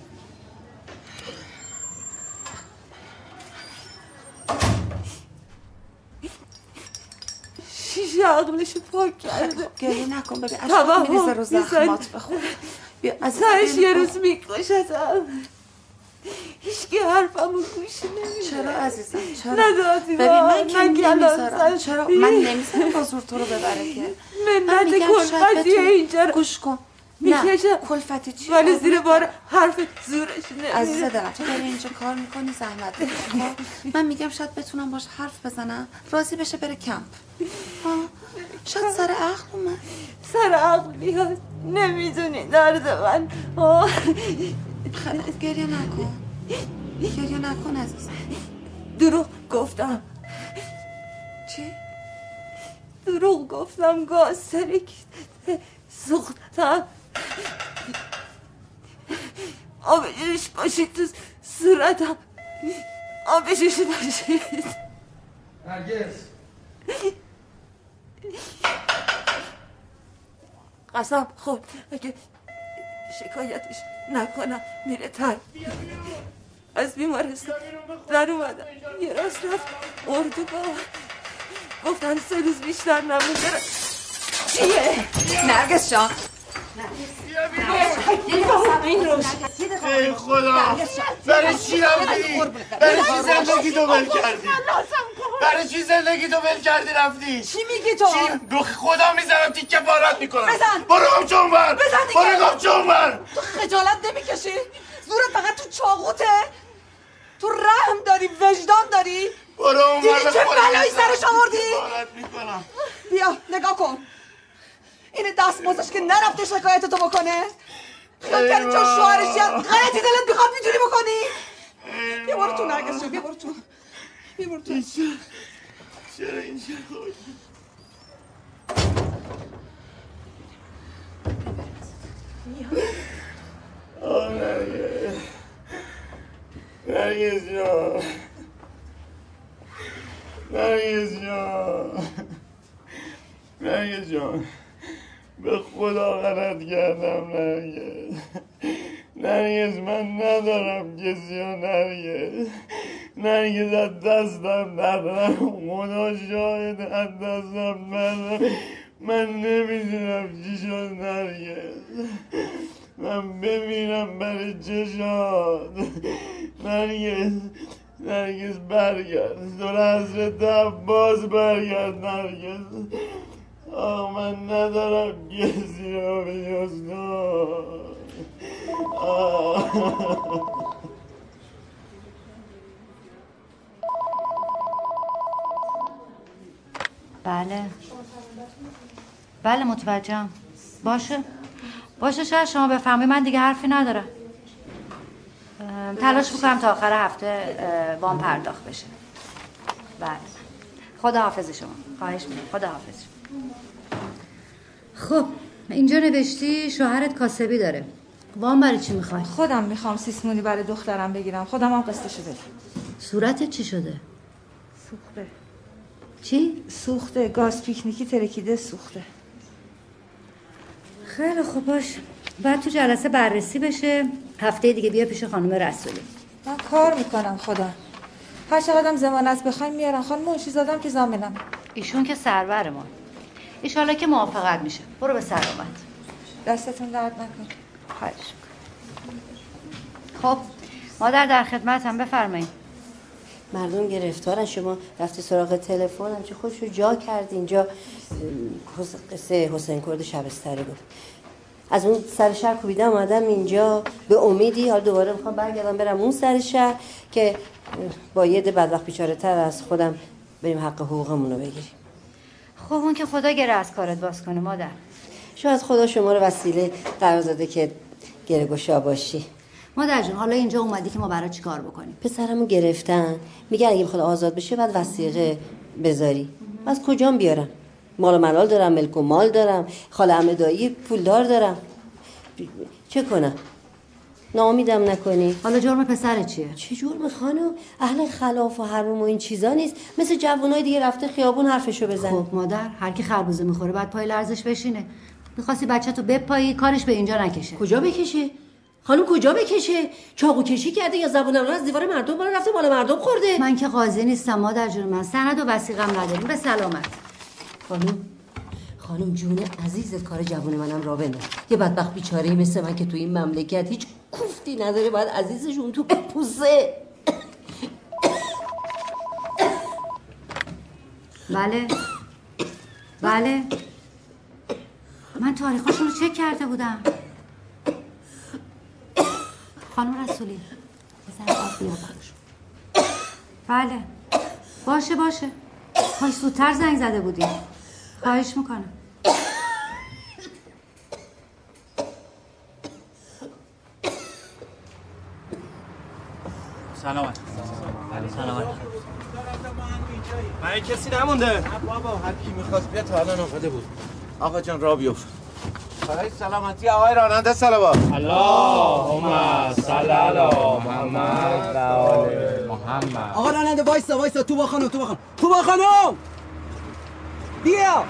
شیشه عقلشو پاک کرده. گریه نکن ببین اشک میریزه رو زخمات بخور. بیا سرش یه روز میکشتم. هیچکی حرفمو گوش نمیده. چرا عزیزم؟ چرا؟ ندادی ببین من که نمیذارم. چرا؟ من نمیذارم با زور تو رو ببره که. منت کلفتی اینجا رو گوش کن. میکشم. کلفتی چیه؟ ولی زیر بار حرف زورش نمیده. عزیز دلم تو داری اینجا کار میکنی زحمت بکشی. من میگم شاید بتونم باش حرف بزنم راضی بشه بره کمپ. شاید سر عقل اومد. سر عقل بیاد. نمیدونی درد من. خیلی گریه نکن. گریه نکن عزیزم. دروغ گفتم. چی؟ دروغ گفتم. گاز سرکیده سوختم. آبجوش باشید تو صورتم. آبجوش باشید. نرگس قسم خود اگه شکایتش نکنم میره تر. از بیمارستان در اومدم یه راست رفت اردوگاه. گفتن 3 روز بیشتر نمیذاره. چیه؟ نرگس جان ای خدا برای چی رفتی؟ برای چی زندگی تو ول کردی؟ برای چی زندگی تو ول کردی رفتی؟ چی میگی تو؟ چی؟ رو خدا میزنم تیکه پارت میکنم. بزن برو گم چون بر. برو گم چون بر. تو خجالت نمیکشی؟ زورت فقط تو چاقوته؟ تو رحم داری وجدان داری؟ برو اون دیدی چه بلایی سرش آوردی؟ پارت میکنم. بیا نگاه کن. این دستمزدش که نرفته شکایت تو بکنه. خیال کردی چون شوهرش یاد غلطی دلت میخواد میتونی بکنی. بیا برو تو نرگس جان. بیا برو تو. بیا برو تو. چرا اینجا خود؟ آه نرگس. نرگس جان. نرگس جان. نرگس جان به خدا غلط کردم نرگس. نرگس من ندارم کسی و نرگس از دستم ندارم. خدا شاهد از دستم ندارم. من نمیدونم چی شد نرگس. من ببینم برای چه شد. نرگس برگرد. دور حضرت باز برگرد نرگس. آه من ندارم کسی رو به جز تو. بله متوجهم. باشه شاید شما بفهمی. من دیگه حرفی ندارم. تلاش میکنم تا آخر هفته وام پرداخت بشه. بله خدا حافظ شما. خواهش میکنم. خدا حافظ. خب اینجا نوشتی شوهرت کاسبی داره. وام برای چی میخوای؟ خودم میخوام سیسمونی برای دخترم بگیرم. خودم هم قسطشو بدم. صورتت چی شده؟ سوخته. چی؟ سوخته. گاز پیکنیکی ترکیده سوخته. خیلی خوب باش. بعد تو جلسه بررسی بشه. هفته دیگه بیا پیش خانم رسولی. من کار میکنم خودم. هر چقدرم ضمانت بخوایم میارن. خانم منشی زادم که ضامنم. ایشون که سرورمون. ایشالله که موافقت میشه. برو به سلامت. دستتون درد نکن. خواهش. خب مادر در خدمتم. بفرمایید. مردم گرفتارن. شما رفتی سراغ تلفن همچه خودشو جا کردی. اینجا قصه حسین کرد شبستری بود. از اون سر شهر کوبیدم اومدم اینجا به امیدی حالا دوباره میخوام برگردم برم اون سر شهر که با یه ده بدبخت بیچاره تر از خودم بریم حق حقوقمون رو بگیریم. خب اون که خدا گره از کارت باز کنه مادر. شاید خدا شما رو وسیله قرار داده که گره گشا باشی. مادر جون حالا اینجا اومدی که ما برای چی کار بکنیم؟ پسرمو گرفتن، میگن اگه بخواد آزاد بشه بعد وثیقه بذاری. از کجام بیارم؟ مال و ملال دارم، ملک و مال دارم، خاله عمه دایی پولدار دارم. چه کنم؟ ناامیدم نکنی. حالا جرم پسر چیه؟ چه جرم خانم؟ اهل خلاف و حرام و این چیزا نیست. مثل جوانای دیگه رفته خیابون حرفشو بزنه. خب مادر هر کی خربوزه میخوره بعد پای لرزش بشینه. می‌خواستی بچه‌تو بپایی کارش به اینجا نکشه. کجا بکشه؟ خانم کجا بکشه؟ چاقو کشی کرده یا زبون رو از دیوار مردم بالا رفته بالا مردم خورده؟ من که قاضی نیستم مادر جون. من سند و وثیقه‌ام نداریم. به سلامت. خانم جون عزیزت کار جوون منم را بنداز. یه بدبخت بیچاره‌ای مثل من که تو این مملکت هیچ کوفتی نداره باید عزیزشون تو بپوسه. بله من تاریخاشون رو چک کرده بودم. خانم رسولی بزن آب بیار بله باشه کاش زودتر زنگ زده بودیم. خواهش میکنم. سلامت. من کسی نمونده. نه بابا هر کی میخواست بیا تا الان آمده بود. آقا جان راه بیفت. برای سلامتی آقای راننده صلوات. اللهم صل علی محمد و آل محمد. آقا راننده وایسا تو با خانم بیا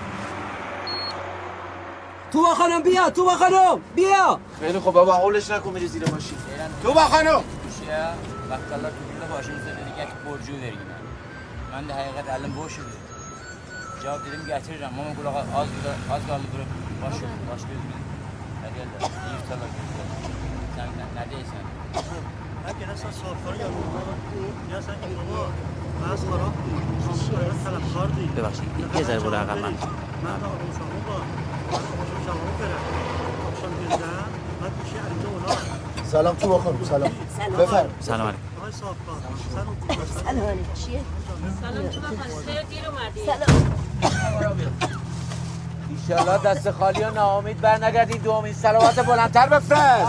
تو با خانم بیا. خیلی خوب بابا اولش نکن میری زیر ماشین. تو با خانم Bakkallar tutuyorlar başımıza dedi ki borcu vergiler. Ben de hakikat elim boş idi. Cevap dedim getireceğim ama kulağa az kaldı durup baş gözüm. Hadi gel de iftarlar gözler. Sen neredeysen? Ben gene sen safları yanımda ya sen İran'a az خراب بود. من طلبکار دی. ببخشید یه ذره برو عقب. من دا روشنو با من جواب برم. روشن دیدم بعد میشه اینجا اونا. سلام تو بخونم. سلام بفرم. سلام علیکم. آقای صاحبکار سلام علیکم. چیه؟ سلام تو بخواد. خیلی دیر اومدی. سلام. ایشالله دست خالی و ناامید برنگردی. دومین صلوات بلندتر بفرست.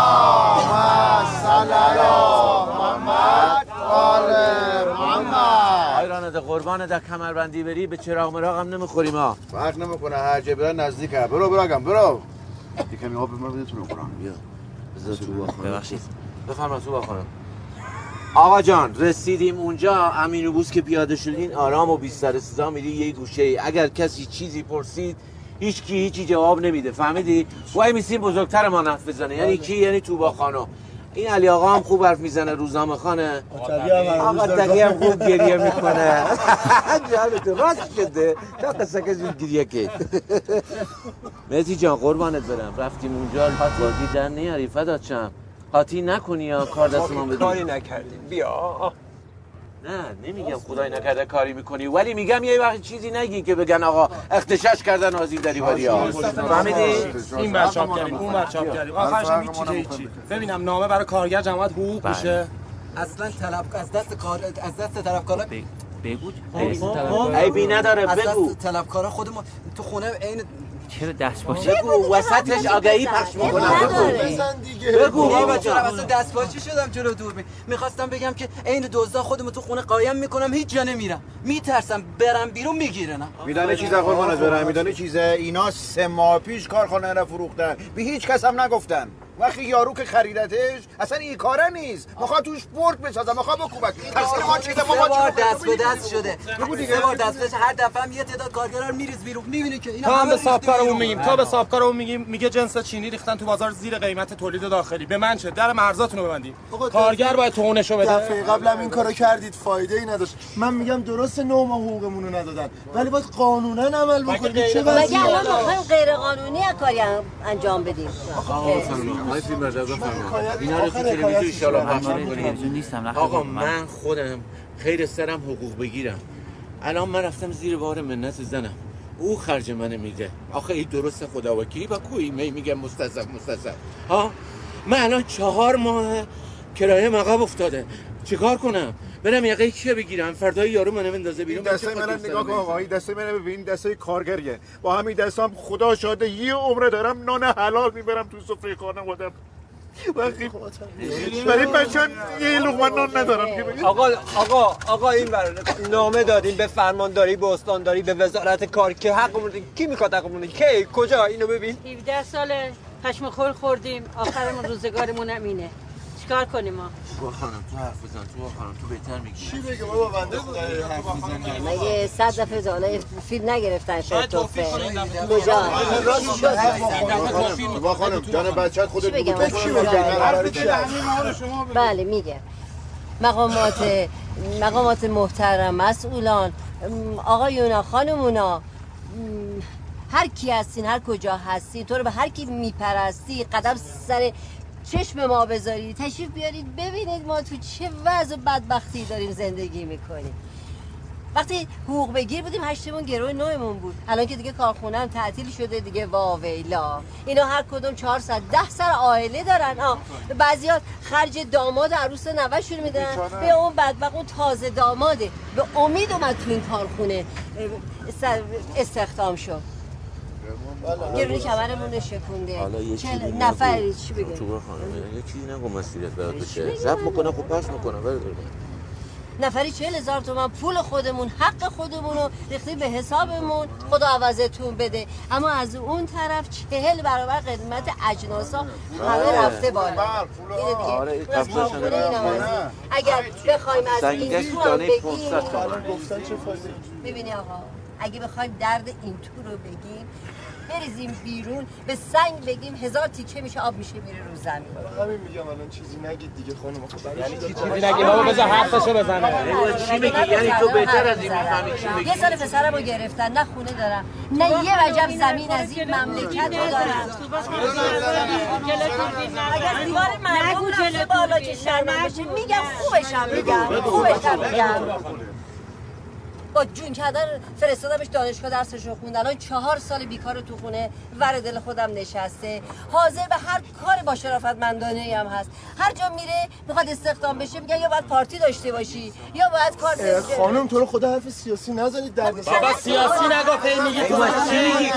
صل علی محمد آل محمد. آی راننده قربان در کمربندی بری به چراغ مراغ هم نمیخوریم ها. فرق نمیکنه هر جا برن نزدیکه. برو آقام برو. یکمی آب به من بده تو بخورم. بیا. بذار تو بخورم. ببخشید. بفرما تو بخورم. آقا جان رسیدیم اونجا. امین بوس که پیاده شدین آرام و بی سر صدا میری یه گوشه ای. اگر کسی چیزی پرسید هیچی جواب نمیده. فهمیدی؟ وای میسیم بزرگتر ما حرف بزنه. یعنی کی؟ یعنی توبا خانم. این علی آقا هم خوب حرف میزنه. روزنامه خانه آقا تقی هم خوب گریه میکنه. جالتو راست شده تا قصه که زود گریه که مهدی جان قربانت برم. رفتیم اونجا بازی در نیاری فدات شم. قاطی نکنی یا کار دست ما بدی. کاری نکردیم بیا. نه نمیگم خدای نکرده کاری میکنی ولی میگم یه وقت چیزی نگی که بگن آقا اختشاش کردن آزیر داری ها. فهمیدی؟ این بر چاپ کردیم اون بر چاپ کردیم آخرش هم هیچی. ببینم نامه برای کارگر جماعت حقوق میشه. اصلا از دست طلبکارا بگو. عیبی نداره بگو. از دست طلبکارا خودمون تو خونه عین چرا دست باشه؟ بگو وسطش آگهی پخش میکنم. بگو بابا چرا واسه دست پاچی شدم جلو دوربین. میخواستم بگم که عین دزدا خودمو تو خونه قایم میکنم هیچ جا نمیرم. میترسم برم بیرون میگیرن. میدانه چیزه قربانت برم. میدانه چیزه اینا 3 ماه پیش کارخانه را فروختن. به هیچ کس هم نگفتن. وقتی یارو که خریدتش اصلا این کاره نیست. میخواد توش برد بسازه. میخواد بکوبک. تقصیر ما چیزه ما دست به دست شده. بگو دیگه 3 بار دستش هر دفعه هم یه تعداد کارگرا رو میریز بیرون. میبینی که اینا هم به صاحبکارمون میگیم میگه جنس چینی ریختن تو بازار زیر قیمت تولید داخلی. به من چه؟ در مرزاتونو ببندید. کارگر باید توونشو بده. دفعه قبلم این کارو کردید فایده ای نداشت. من میگم درست 9 ماه حقوقمون رو ندادن ولی باید قانونا عمل بکنید. چه وضعیه؟ مگه الان میخوایم غیر قانونی کاری انجام بدیم؟ اینا رو تو تلویزیون ان شاء الله پخش می‌کنیم. آقا من خودم خیر سرم حقوق بگیرم. الان من رفتم زیر بار منت زنم، او خرج منه میده. آخه این درسته خداوکیلی با کوی میگم مستصف ها. من الان 4 ماه کرایه مقاب افتاده، چیکار کنم؟ برم یقه کیه بگیرم؟ فردای یارو منو بندازه بیرون. دسته من نگاه کن آقا، این دسته من ببین، دسته کارگریه. با همین دستام خدا شاده یه عمره دارم نان حلال میبرم تو سفره خانواده‌ام. وقتی برای بچه‌ها یه لقمه نان ندارم. آقا این نامه دادیم به فرمانداری، به استانداری، به وزارت کار که حقمون کی میخواد حقمون؟ کی کجا؟ اینو ببین. 17 ساله پشم خور خوردیم، آخرمون روزگارمون هم اینه. چیکار کنیم ما؟ تو خانم تو حرف بزن، تو خانم تو بهتر میگی. چی بگم بابا بنده خدا حرف بزنی؟ مگه 100 دفعه زالای فیلم نگرفتن شاید توفه کجا؟ با خانم جان بچه‌ت خودت بگو. بله میگه مقامات محترم، مسئولان، آقایونا، خانمونا، هر کی هستین، هر کجا هستین، تو رو به هر کی میپرستی قدم سر چشم ما بذارید، تشریف بیارید ببینید ما تو چه وضع بدبختی داریم زندگی میکنیم. وقتی حقوق بگیر بودیم 8مون گروه 9مون بود. الان که دیگه کارخونه هم تعطیل شده دیگه، واویلا. اینا هر کدوم 400 10 سر عائله دارن. بعضیا خرج داماد عروس نوه‌شون میدن به اون بدبخت، اون تازه داماده به امید اومد تو این کارخونه استخدام شد. گرونی کمرمون رو شکونده. چه نفری چی بگه؟ تو خانم یه چیزی نگو مسئولیت برات بشه. ضبط میکنه خب پس میکنه بره. نفری 40,000 تومان پول خودمون، حق خودمون رو ریختیم به حسابمون، خدا عوضتون بده. اما از اون طرف 40 برابر قیمت اجناسا همه رفته بالا. آره اگر بخوایم از این تو هم بگیم، ببینی آقا، اگه بخوایم درد این تو رو بگیم، بریزیم بیرون به سنگ بگیم 1000 تیکه میشه، آب میشه میره رو زمین. همین میگم الان چیزی نگید دیگه خانم. یعنی چیزی نگید بابا، بذار حرفشو بزنه. چی میگی؟ یعنی تو بهتر از این میفهمی چی میگی؟ یه سال پسرمو گرفتن، نه خونه دارم، نه یه وجب زمین از این مملکت دارم. اگر دیوار مردم رفته بالا که شرمم بشه میگم خوبشم میگم. با جون کردن فرستادمش دانشگاه درسشو خوند. الان 4 سال بیکار تو خونه ور دل خودم نشسته، حاضر به هر کار با شرافتمندانه‌ای هم هست. هر جا میره میخواد استخدام بشه میگن یا باید پارتی داشته باشی یا باید کار داشته. خانم تو رو خدا حرف سیاسی نزنید در بابا سیاسی نگو پی میگی تو چی میگی؟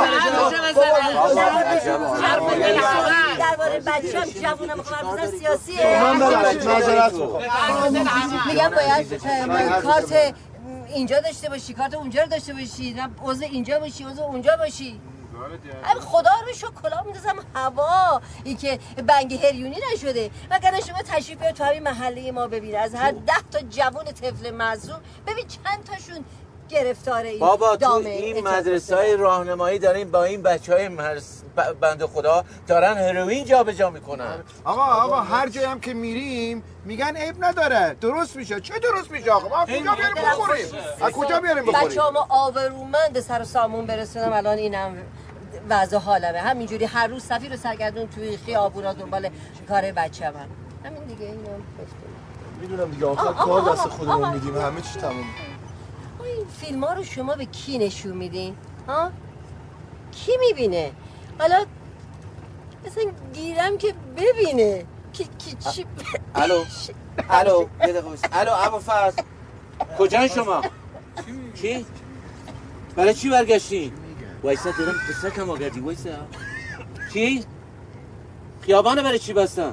درباره بچه‌ام جوونم میخوام بزنم سیاسیه. من معذرت میگم باید کارت اینجا داشته باشی، کارت اونجا رو داشته باشی، نه عضو اینجا باشی، عضو اونجا باشی. خدا رو شکلات می‌دازم هوا، این که بنگ هریونی نشده. وگرنه شما تشریف بیار تو همین محله ما ببین، از هر 10 تا جوون طفل معصوم ببین چند تاشون گرفتار این بابا تو این مدرسه‌های راهنمایی داریم با این بچهای بنده خدا دارن هروئین جابجا میکنن. آقا هر جایی هم که میریم میگن عیب نداره، درست میشه. چه درست میشه آقا؟ ما کجا بیاریم بخوریم؟ از کجا بیاریم بخوریم؟ بچه‌ها آبرومند سر و سامون برسونم. الان اینم وضع حالمه همینجوری، هر روز سفیر و سرگردون توی خیابونا دنبال کار بچه‌م. همین دیگه. اینو میدونم دیگه، آخر کار دست خودمون میدیم، همه چی تموم. این فیلم ها رو شما به کی نشون میدین؟ ها؟ کی میبینه؟ حالا مثلا گیرم که ببینه کی چی. الو یه دقیقه بس. الو ابوالفضل کجا شما؟ چی؟ برای چی برگشتین؟ وایسا دارم پسکم آگردی. وایسا چی؟ خیابانه برای چی بستن؟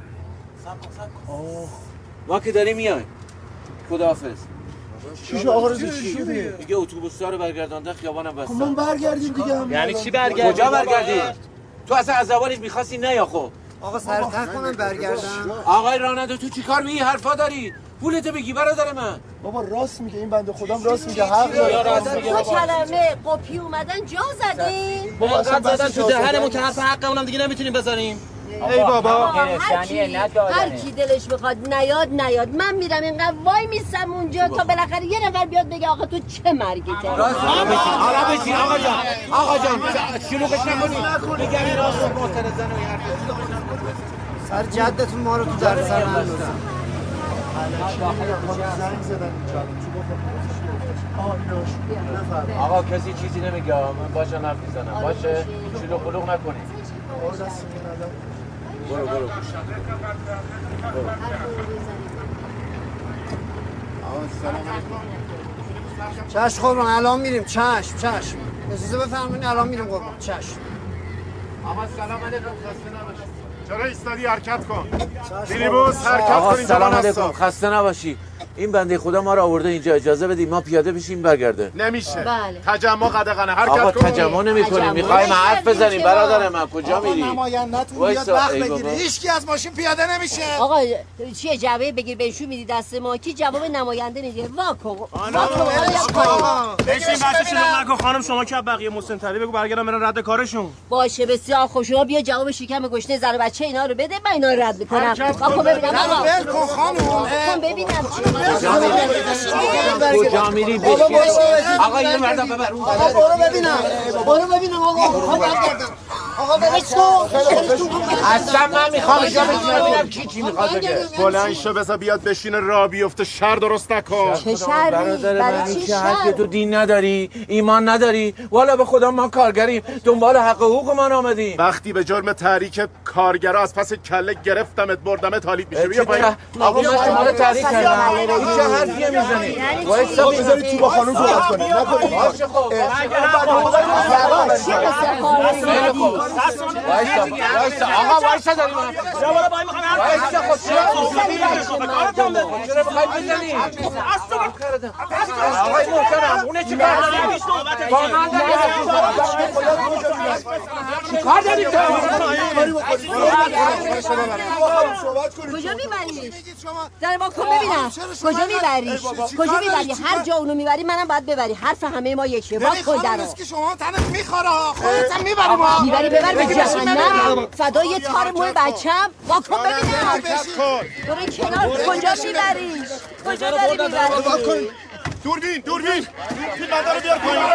ما که داریم میایم. خداحافظ. چی آقا رضا چی شده؟ دیگه اتوبوس‌ها رو برگرداندن، خیابانم بستن. من برگردیم دیگه. یعنی چی برگردیم؟ کجا برگردیم؟ تو اصلا از اولش می‌خواستی نه یا خب؟ آقا سرتر کنم برگردم. آقای راننده تو چیکار به این حرفا داری؟ پولتو بگی برادر من. بابا راست میگه این بنده خودم، راست میگه، حق داره. دو کلمه قپی اومدن جا زدین. بابا اصلا زدن تو دهنمون که حرف حقمونم دیگه نمیتونیم بزنیم. ای بابا هر کی دلش میخواد نیاد. من میرم اینقدر وای میسم اونجا تا بالاخره یه نفر بیاد بگه آقا تو چه مرگیته. حالا بشین آقا جان شلوغش نکنید. میگم راست محترم زن و حرف سر جدتون ما رو تو در سر نندازن. زنگ زدن اینجا آقا کسی چیزی نمیگه من باشه حرف میزنم باشه شلوغ قلوغ نکنی برو چشم قربان الان میریم چشم اجازه بفرمایید الان میریم قربان چشم آقا سلام علیکم خسته نباشی چرا ایستادی حرکت کن مینیبوس حرکت کن اینجا سلام علیکم خسته نباشی این بنده خدا ما رو آورده اینجا اجازه بدیم ما پیاده بشیم برگرده نمیشه بله. تجمع قدغنه حرکت کن آقا تجمع نمی‌کنیم می‌خوایم حرف بزنیم برادر من کجا میری نماینده‌تون بیاد وقت بگیره هیچکی از ماشین پیاده نمیشه آقا چیه جواب بگیر بنشون میدی دست ما کی جواب نماینده میده واکو بشین بچه شلوغ نکن خانم شما که بقیه مستنطری بگو برگردن برن رد کارشون باشه بسیار خوب شما بیا جواب شکم گشنه زن و بچه اینا رو بده من اینا رو رد میکنم واکو ببینم آقا ول کن خانم ببینم کجا میری بشین آقا اینو مردم ببر برو ببینم آقا برگردم آقا اصلا من میخوام اینجا ببینم کی میخواد بگه بلند شو بذار بیاد بشینه راه بیفته شر درست نکن چه شری برای چی شر تو دین نداری ایمان نداری والا به خدا ما کارگریم دنبال حق حقوق ما آمدیم وقتی به جرم تحریک کارگرا از پس کله گرفتمت بردمت تالیب میشه بیا پایین آقا من شما رو تحریک کردم چه حرفیه میزنی وایسا بذاری تو با خانم صحبت کنی نکنید باشه خب وایسا آقا وایسا داریم وایسا خود چرا بخواید بزنی آقای محترم اونه چی کار داری؟ با من چی کار داری تو؟ کجا میبریش؟ در ما کن ببینم کجا میبری؟ هر جا اونو میبری منم باید ببری حرف همه ما یکیه باز کن درو که شما تنت میخوره خودت هم میبری ببر به جهنم فدای تار موی بچم با کن ببینم برو کنار کجا میبریش؟ کجا داری میبری؟ دوربین این بنده رو بیار پایین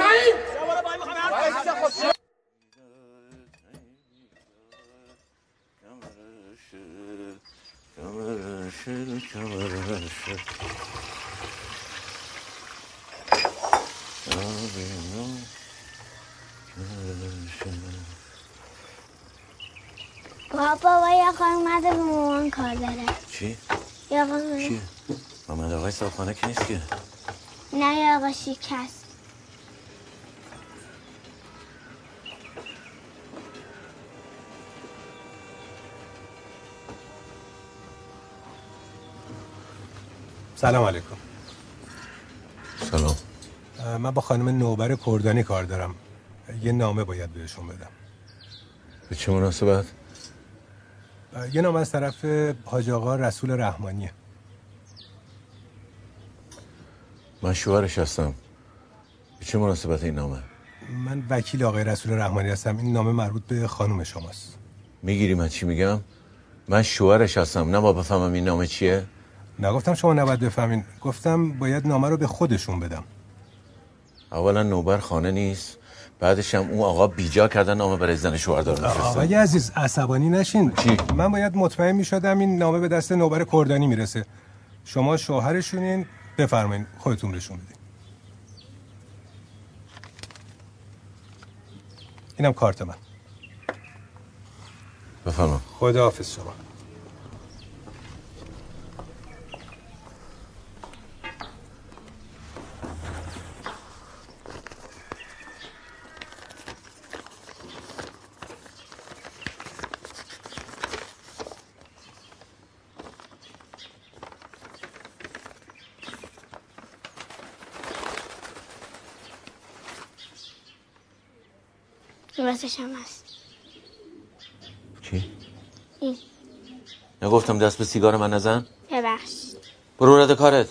بابا یه آقا اومده به مامان کار داره چی؟ یه آقا چیه؟ محمد آقای صاحبخانه که نیست که نه یه آقا شکست سلام علیکم سلام من با خانم نوبر کردانی کار دارم یه نامه باید بهشون بدم به چه مناسبت؟ یه نامه از طرف حاج آقا رسول رحمانیه من شوهرش هستم به چه مناسبت این نامه؟ من وکیل آقای رسول رحمانی هستم این نامه مربوط به خانم شماست میگیری من چی میگم؟ من شوهرش هستم نه با بفهمم این نامه چیه؟ نگفتم شما نباید بفهمین گفتم باید نامه رو به خودشون بدم اولا نوبر خانه نیست بعدش هم اون آقا بیجا کردن نامه برای زن شوهر دارم میفرستن آقای عزیز عصبانی نشین چی؟ من باید مطمئن میشدم این نامه به دست نوبر کردانی میرسه شما شوهرشونین بفرمایید خودتون بهشون بدین اینم کارت من بفرمایید خداحافظ شما راستش هم هست چی؟ این نگفتم دست به سیگار من نزن؟ ببخشید برو رد کارت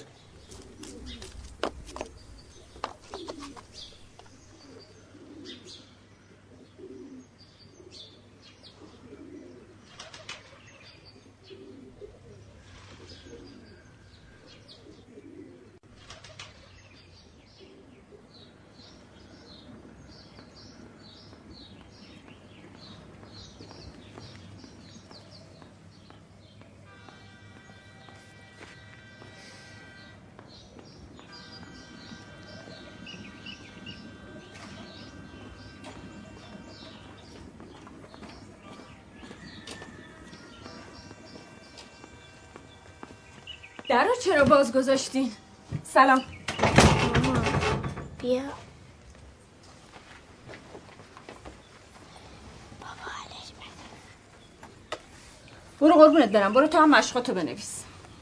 درو چرا باز گذاشتین؟ سلام. بیا. برو قربونت برم، برو تو هم مشقاتو بنویس.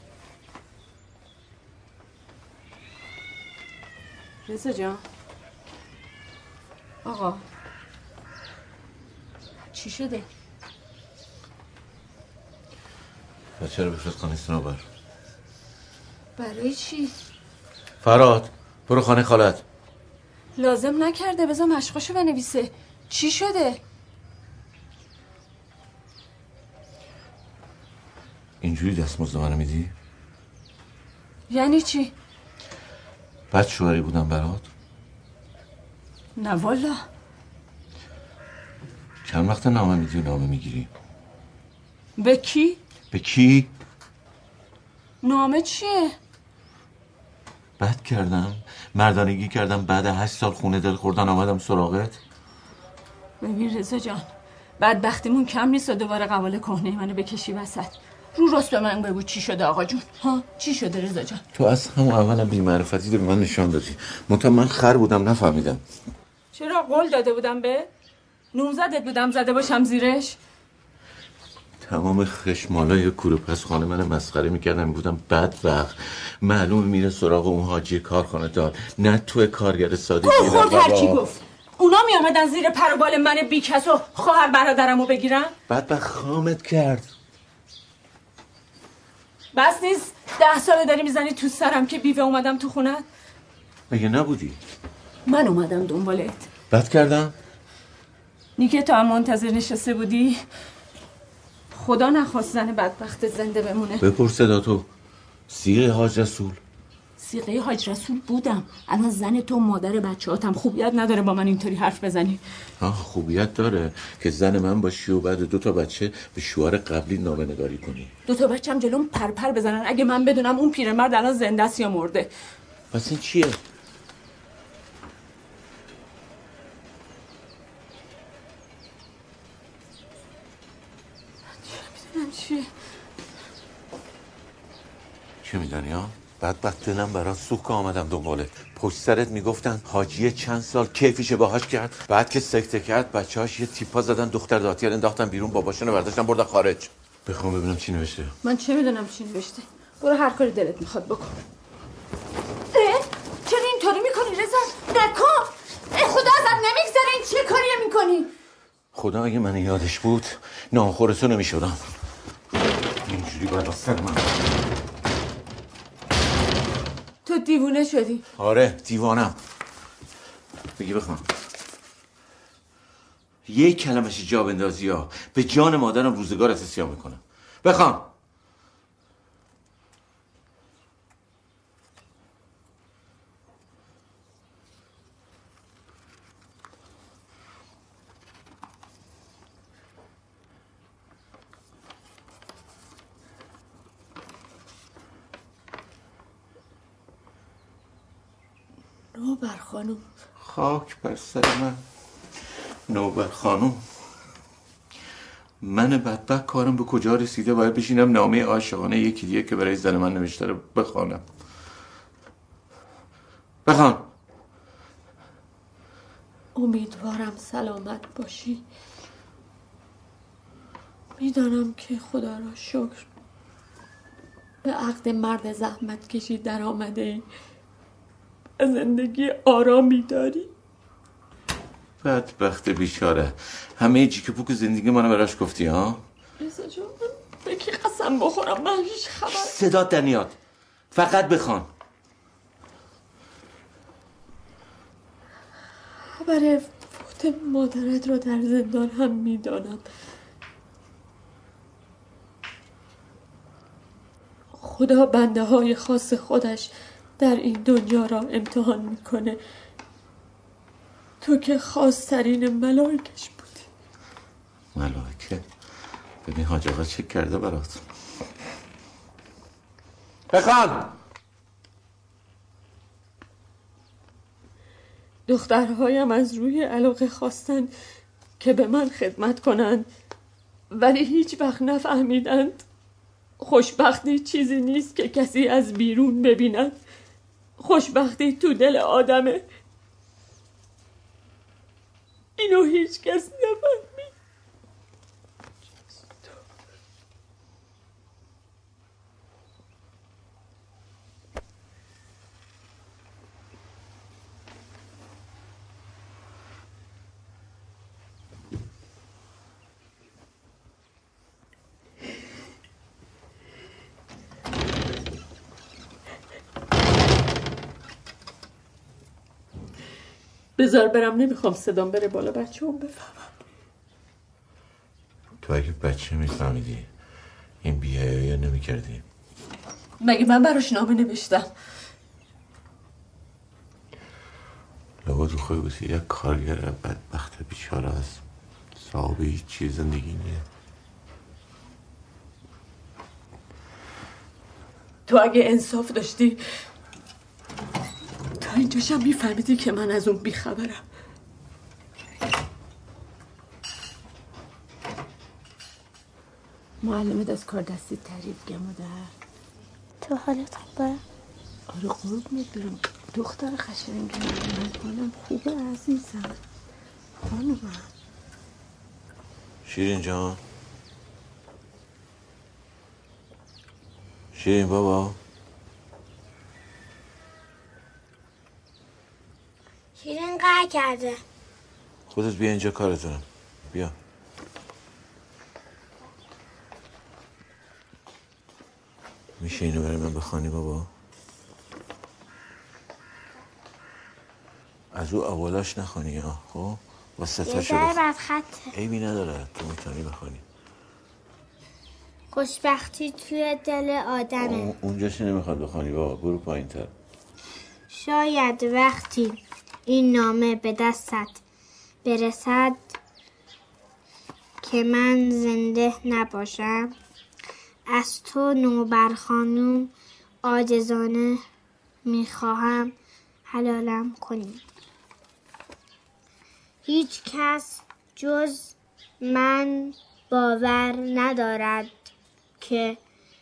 رضا جان. آقا چی شده؟ بچه رو بفرست خانه صنوبر. برای چی؟ فراد برو خانه خالت. لازم نکرده، بذار مشقاشو بنویسه. چی شده؟ اینجوری دستمزد منو میدی؟ یعنی چی؟ بد شوهری بودم برات؟ نه والا. چند وقت نامه میدی و نامه میگیری؟ به کی؟ به کی؟ نامه چیه؟ بد کردم؟ مردانگی کردم بعد 8 سال خونه دل خوردن آمدم سراغت؟ ببین رضا جان، بدبختیمون کم نیست و دوباره قوال کهنه منو بکشی وسط. رو راست به من بگو چی شده آقا جون؟ ها چی شده رضا جان؟ تو از همون اولم بی‌معرفتی رو به من نشان دادی. منتها من خر بودم نفهمیدم. چرا قول داده بودم به؟ نوزدت بودم زده باشم زیرش؟ تمام خشمالای کوره پس خانه من مسخره میکردم، میگفتم بدبخت معلومه میره سراغ اون حاجی کارخانه دار، نه تو کارگر ساده. خورد هر کی گفت. اونا می آمدن زیر پر و بال من بی کس و خواهر برادرمو بگیرن؟ بدبخت خامت کرد. بس نیست 10 ساله داری میزنی تو سرم که بیوه اومدم تو خونت؟ مگه نبودی؟ من اومدم دنبالت. بد کردم؟ نیکه تو هم منتظر نشسته بودی؟ خدا نخواست زن بدبخت زنده بمونه. بپرس صدا تو. سیغه حاج رسول. سیغه حاج رسول بودم. الان زن تو مادر بچه‌هاتم. خوبیت نداره با من اینطوری حرف بزنی. خوبیت داره که زن من باشی و بعد 2 تا بچه به شوهر قبلی نامه‌نگاری کنی. 2 تا بچه‌م جلوم پرپر بزنن اگه من بدونم اون پیرمرد الان زنده است یا مرده. پس این چیه؟ چیه؟ چه میدونی ها؟ بدبخت دلم برات سوخت که آمدم دنبالت. پشت سرت میگفتن حاجی چند سال کیفیشه باهاش کرد، بعد که سکته کرد بچه‌هاش یه تیپا زدن دختر داتیار انداختن بیرون، باباشونو برداشتن بردن خارج. بخوام ببینم چی نوشته. من چه میدونم چی نوشته. برو هر کاری دلت میخواد بکن. چرا اینطوری میکنی رضا؟ نکن. خدا ازت نمیگذره. این چه کاریه میکنی؟ خدا اگه من یادش بود ناخورتو نمیشدم. اینجوری بالا سر من. تو دیوونه شدی. آره دیوانم. بگی بخوام. یک کلمش جا بندازی ها به جان مادرم روزگارت اسیا میکنم. بخوام. نوبر خانوم. خاک بر سر من. نوبر خانوم. من بدبخت کارم به کجا رسیده؟ باید بشینم نامه عاشقانه یکی دیگه که برای زن من نوشته رو بخوانم. بخوان. امیدوارم سلامت باشی. میدانم که خدا را شکر به عقد مرد زحمت کشی در آمده ای. زندگی آرامی داری. بدبخت بیچاره. همه جیک پوک زندگی منو براش گفتی ها؟ رضا جان به کی قسم بخورم؟ من هیچ خبر. صدات در نیاد. فقط بخوان. خبر فوت مادرت را در زندان هم میدانم. خدا بنده های خاص خودش در این دنیا را امتحان میکنه. تو که خاص‌ترین ملائکش بودی. ملائکه؟ ببین حاج آقا چه کرده برات. بخوان. دخترهایم از روی علاقه خواستن که به من خدمت کنند ولی هیچ وقت نفهمیدند خوشبختی چیزی نیست که کسی از بیرون ببیند. خوشبختی تو دل آدمه. اینو هیچ کس نفهمید. بذار برم، نمیخوام صدام بره بالا بچه هم بفهمم. تو اگه بچه میفهمیدی این بی‌حیایی نمیکردی. مگه من براش نامه نوشتم؟ لابد رو خوی بودی یک کارگر بدبخت بیچاره است، صاحب هیچ چیز زندگی نیه. تو اگه انصاف داشتی تا اینجاشم میفهمیدی که من از اون بیخبرم. معلمت از کار دستی تعریف گه مادر. تو حالت خوبه؟ آره قربونت برم دختر خشنگی. من حالم خوبه عزیزم. خانومم. شیرین جان، شیرین بابا. شیرین قهر کرده. خودت بیا اینجا کارتونم. بیا. میشه اینو برای من بخوانی بابا؟ از او اولاش نخوانی ها. خب وسطاشو یه ذره بد خطه. عیبی نداره، تو میتونی بخوانی. خوشبختی توی دل آدمه. اونجاش نمیخواد بخوانی بابا، برو پایین تر. شاید وقتی این نامه به دستت برسد که من زنده نباشم، از تو نوبر خانوم عاجزانه میخواهم حلالم کنی. هیچ کس جز من باور ندارد که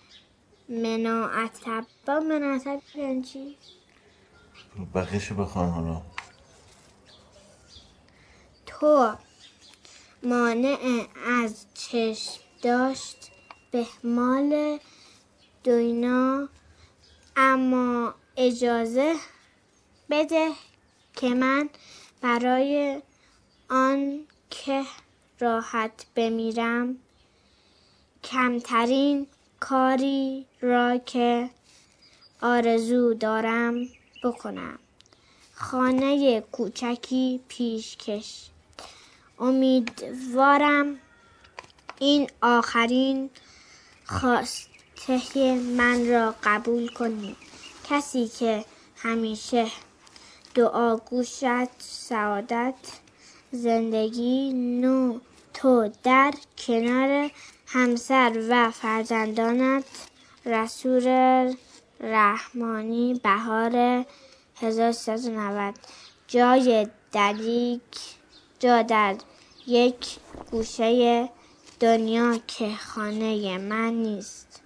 مناعتب با مناعتب یعنی چی؟ بقیه‌شو بخوان حالا. تو مانع از چشم داشت به مال دوینا، اما اجازه بده که من برای آن که راحت بمیرم کمترین کاری را که آرزو دارم بکنم. خانه کوچکی پیشکش. امیدوارم این آخرین خواسته من را قبول کنی. کسی که همیشه دعاگوشت سعادت زندگی نو تو در کنار همسر و فرزندانت. رسول رحمانی بهار 1390. جا در یک گوشه دنیا که خانه من نیست.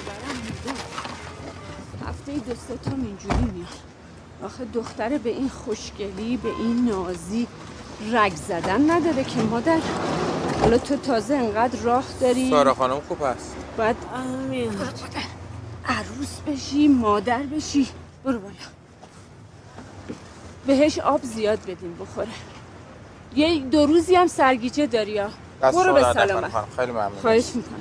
ببرم میدم هفته 2-3 تا اینجوری میاد. آخه دختره به این خوشگلی به این نازی رگ زدن نداره که مادر. حالا تو تازه انقدر راه داری. سارا خانم خوب هست. باید عروس بشی مادر بشی. برو بالا بهش آب زیاد بدیم بخوره. یه 2 روزی هم سرگیجه داری ها. برو به سلامت. خیلی ممنون. خواهش میکنم.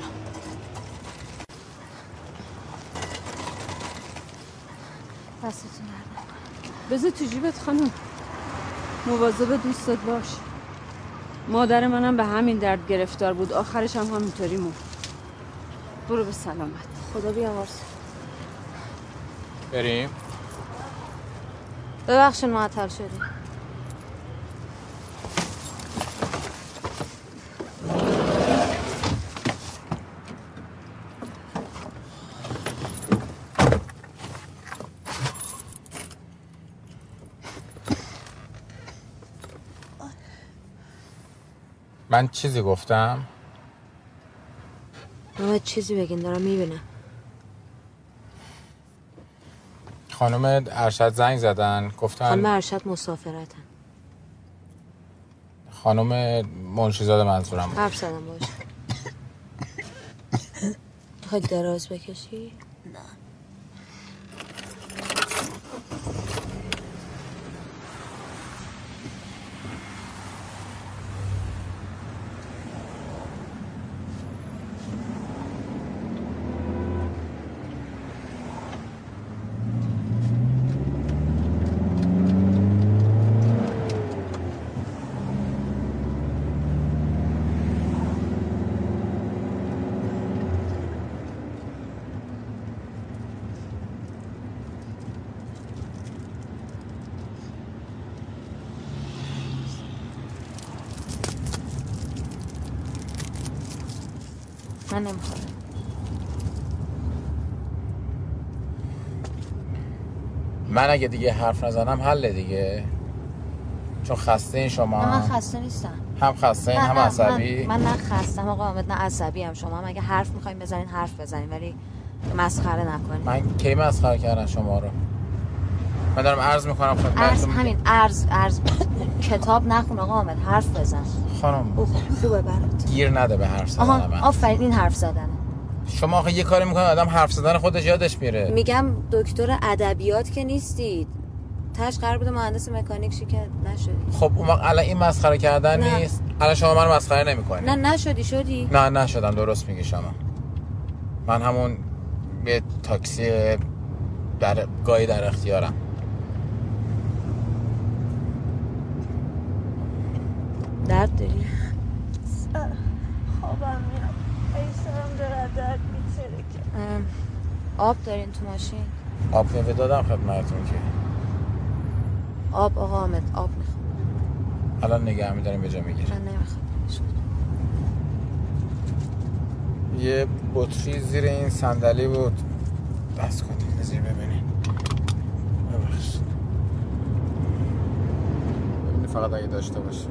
دستتون نرم. بذار تو جیبت خانم. مواظب دوستت باش. مادر منم به همین درد گرفتار بود. آخرش هم همینطوری مرد. برو به سلامت. خدا بیامرزه. بریم. ببخشید معطل شدیم. من چیزی گفتم؟ نباید چیزی بگین دارم میبینم. خانم ارشد زنگ زدن گفتن خانم ارشد مسافرتن. خانم منشیزاده منظورم. حرف زدم باش. میخوای دراز بکشی؟ نه. من نمیخوام. من اگه دیگه حرف نزنم حله دیگه، چون خسته این شما. من خسته نیستم. هم خسته این هم عصبی. من نه خستم آقا حامد نه عصبی هم. شما هم اگه حرف میخواین بزنین حرف بزنین ولی مسخره نکنین. من کی مسخره کردم شما رو؟ من دارم عرض میکنم خدمتتون. همین عرض کتاب نخون آقا حامد، حرف بزن. خانم خوبه برات. گیر نده به حرف زدن من. آفرین این حرف زدنه. شما آخه یه کاری میکنه آدم حرف زدن خودش یادش میره. میگم دکتر ادبیات که نیستید. تاش قرار بوده مهندس مکانیک شی که نشدی. خب اون وقت الان این مسخره کردن نیست. الان شما منو مسخره نمیکنید. نه نشدی. نه نشدم، درست میگی شما. من همون یه تاکسی گاهی در اختیارم. درد داری؟ خوابم میاد. ای سرم داره درد میترکه. آب دارین تو ماشین؟ آب میوه دادم خدمتتون که. آب آقا حامد آب میخوام. الان نگه می‌داریم به جا میگیرم. من نمیخوام. یه بطری زیر این صندلی بود. بس کنید زیر ببینید. ببخشید. ببینید فقط اگه داشته باشه.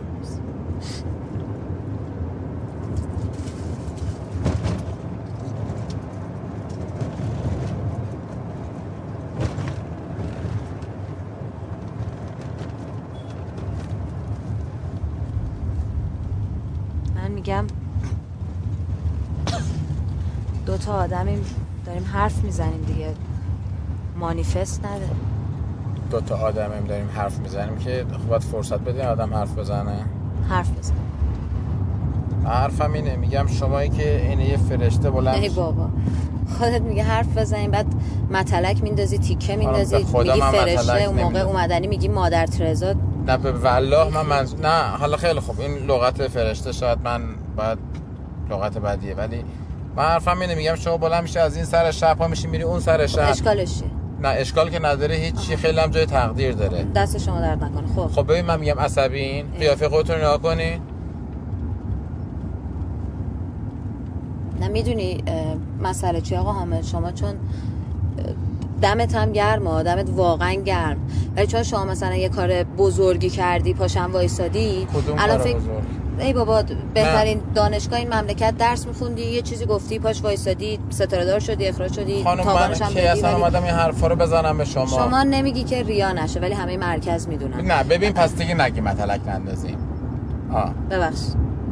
میگم 2 تا آدمیم داریم حرف میزنیم دیگه، مانیفست نده. 2 تا آدمیم داریم حرف میزنیم که باید فرصت بدین آدم حرف بزنه. حرف بزن. حرفم اینه، میگم شمایی که اینه یه فرشته بلند. ای بابا خودت میگه حرف بزنیم بعد متلک میندازی تیکه میندازی میگی فرشته، اون موقع اومدنی میگی مادر ترزا. نه به والله من نه حالا خیلی خوب این لغت فرشته شاید من باید لغت بدیه، ولی من حرفم اینه میگم شما بلند میشه از این سر شهر پا میشی میری اون سر شهر. اشکالش چیه؟ نه اشکال که نداره هیچی، خیلی هم جای تقدیر داره. دست شما درد نکنه. خب ببین من میگم عصبین، قیافه خودتون رو نگاه کنی. نه میدونی مسئله چی آقا حامد، شما چون دمت هم گرم، دمت واقعا گرم، ولی چون شما مثلا یه کار بزرگی کردی پاشم وایسادی الان فکر بزرگ؟ ای بابا بهترین دانشگاه این مملکت درس میخوندی، یه چیزی گفتی پاش وایسادی، ستاره دار شدی، اخراج شدی، تاوانش هم بدی. اصلا اومدم این حرفا رو بزنم به شما نمیگی که ریا نشه ولی همه مرکز میدونن. نه ببین پس دیگه نگی متلک نندازیم. ببخش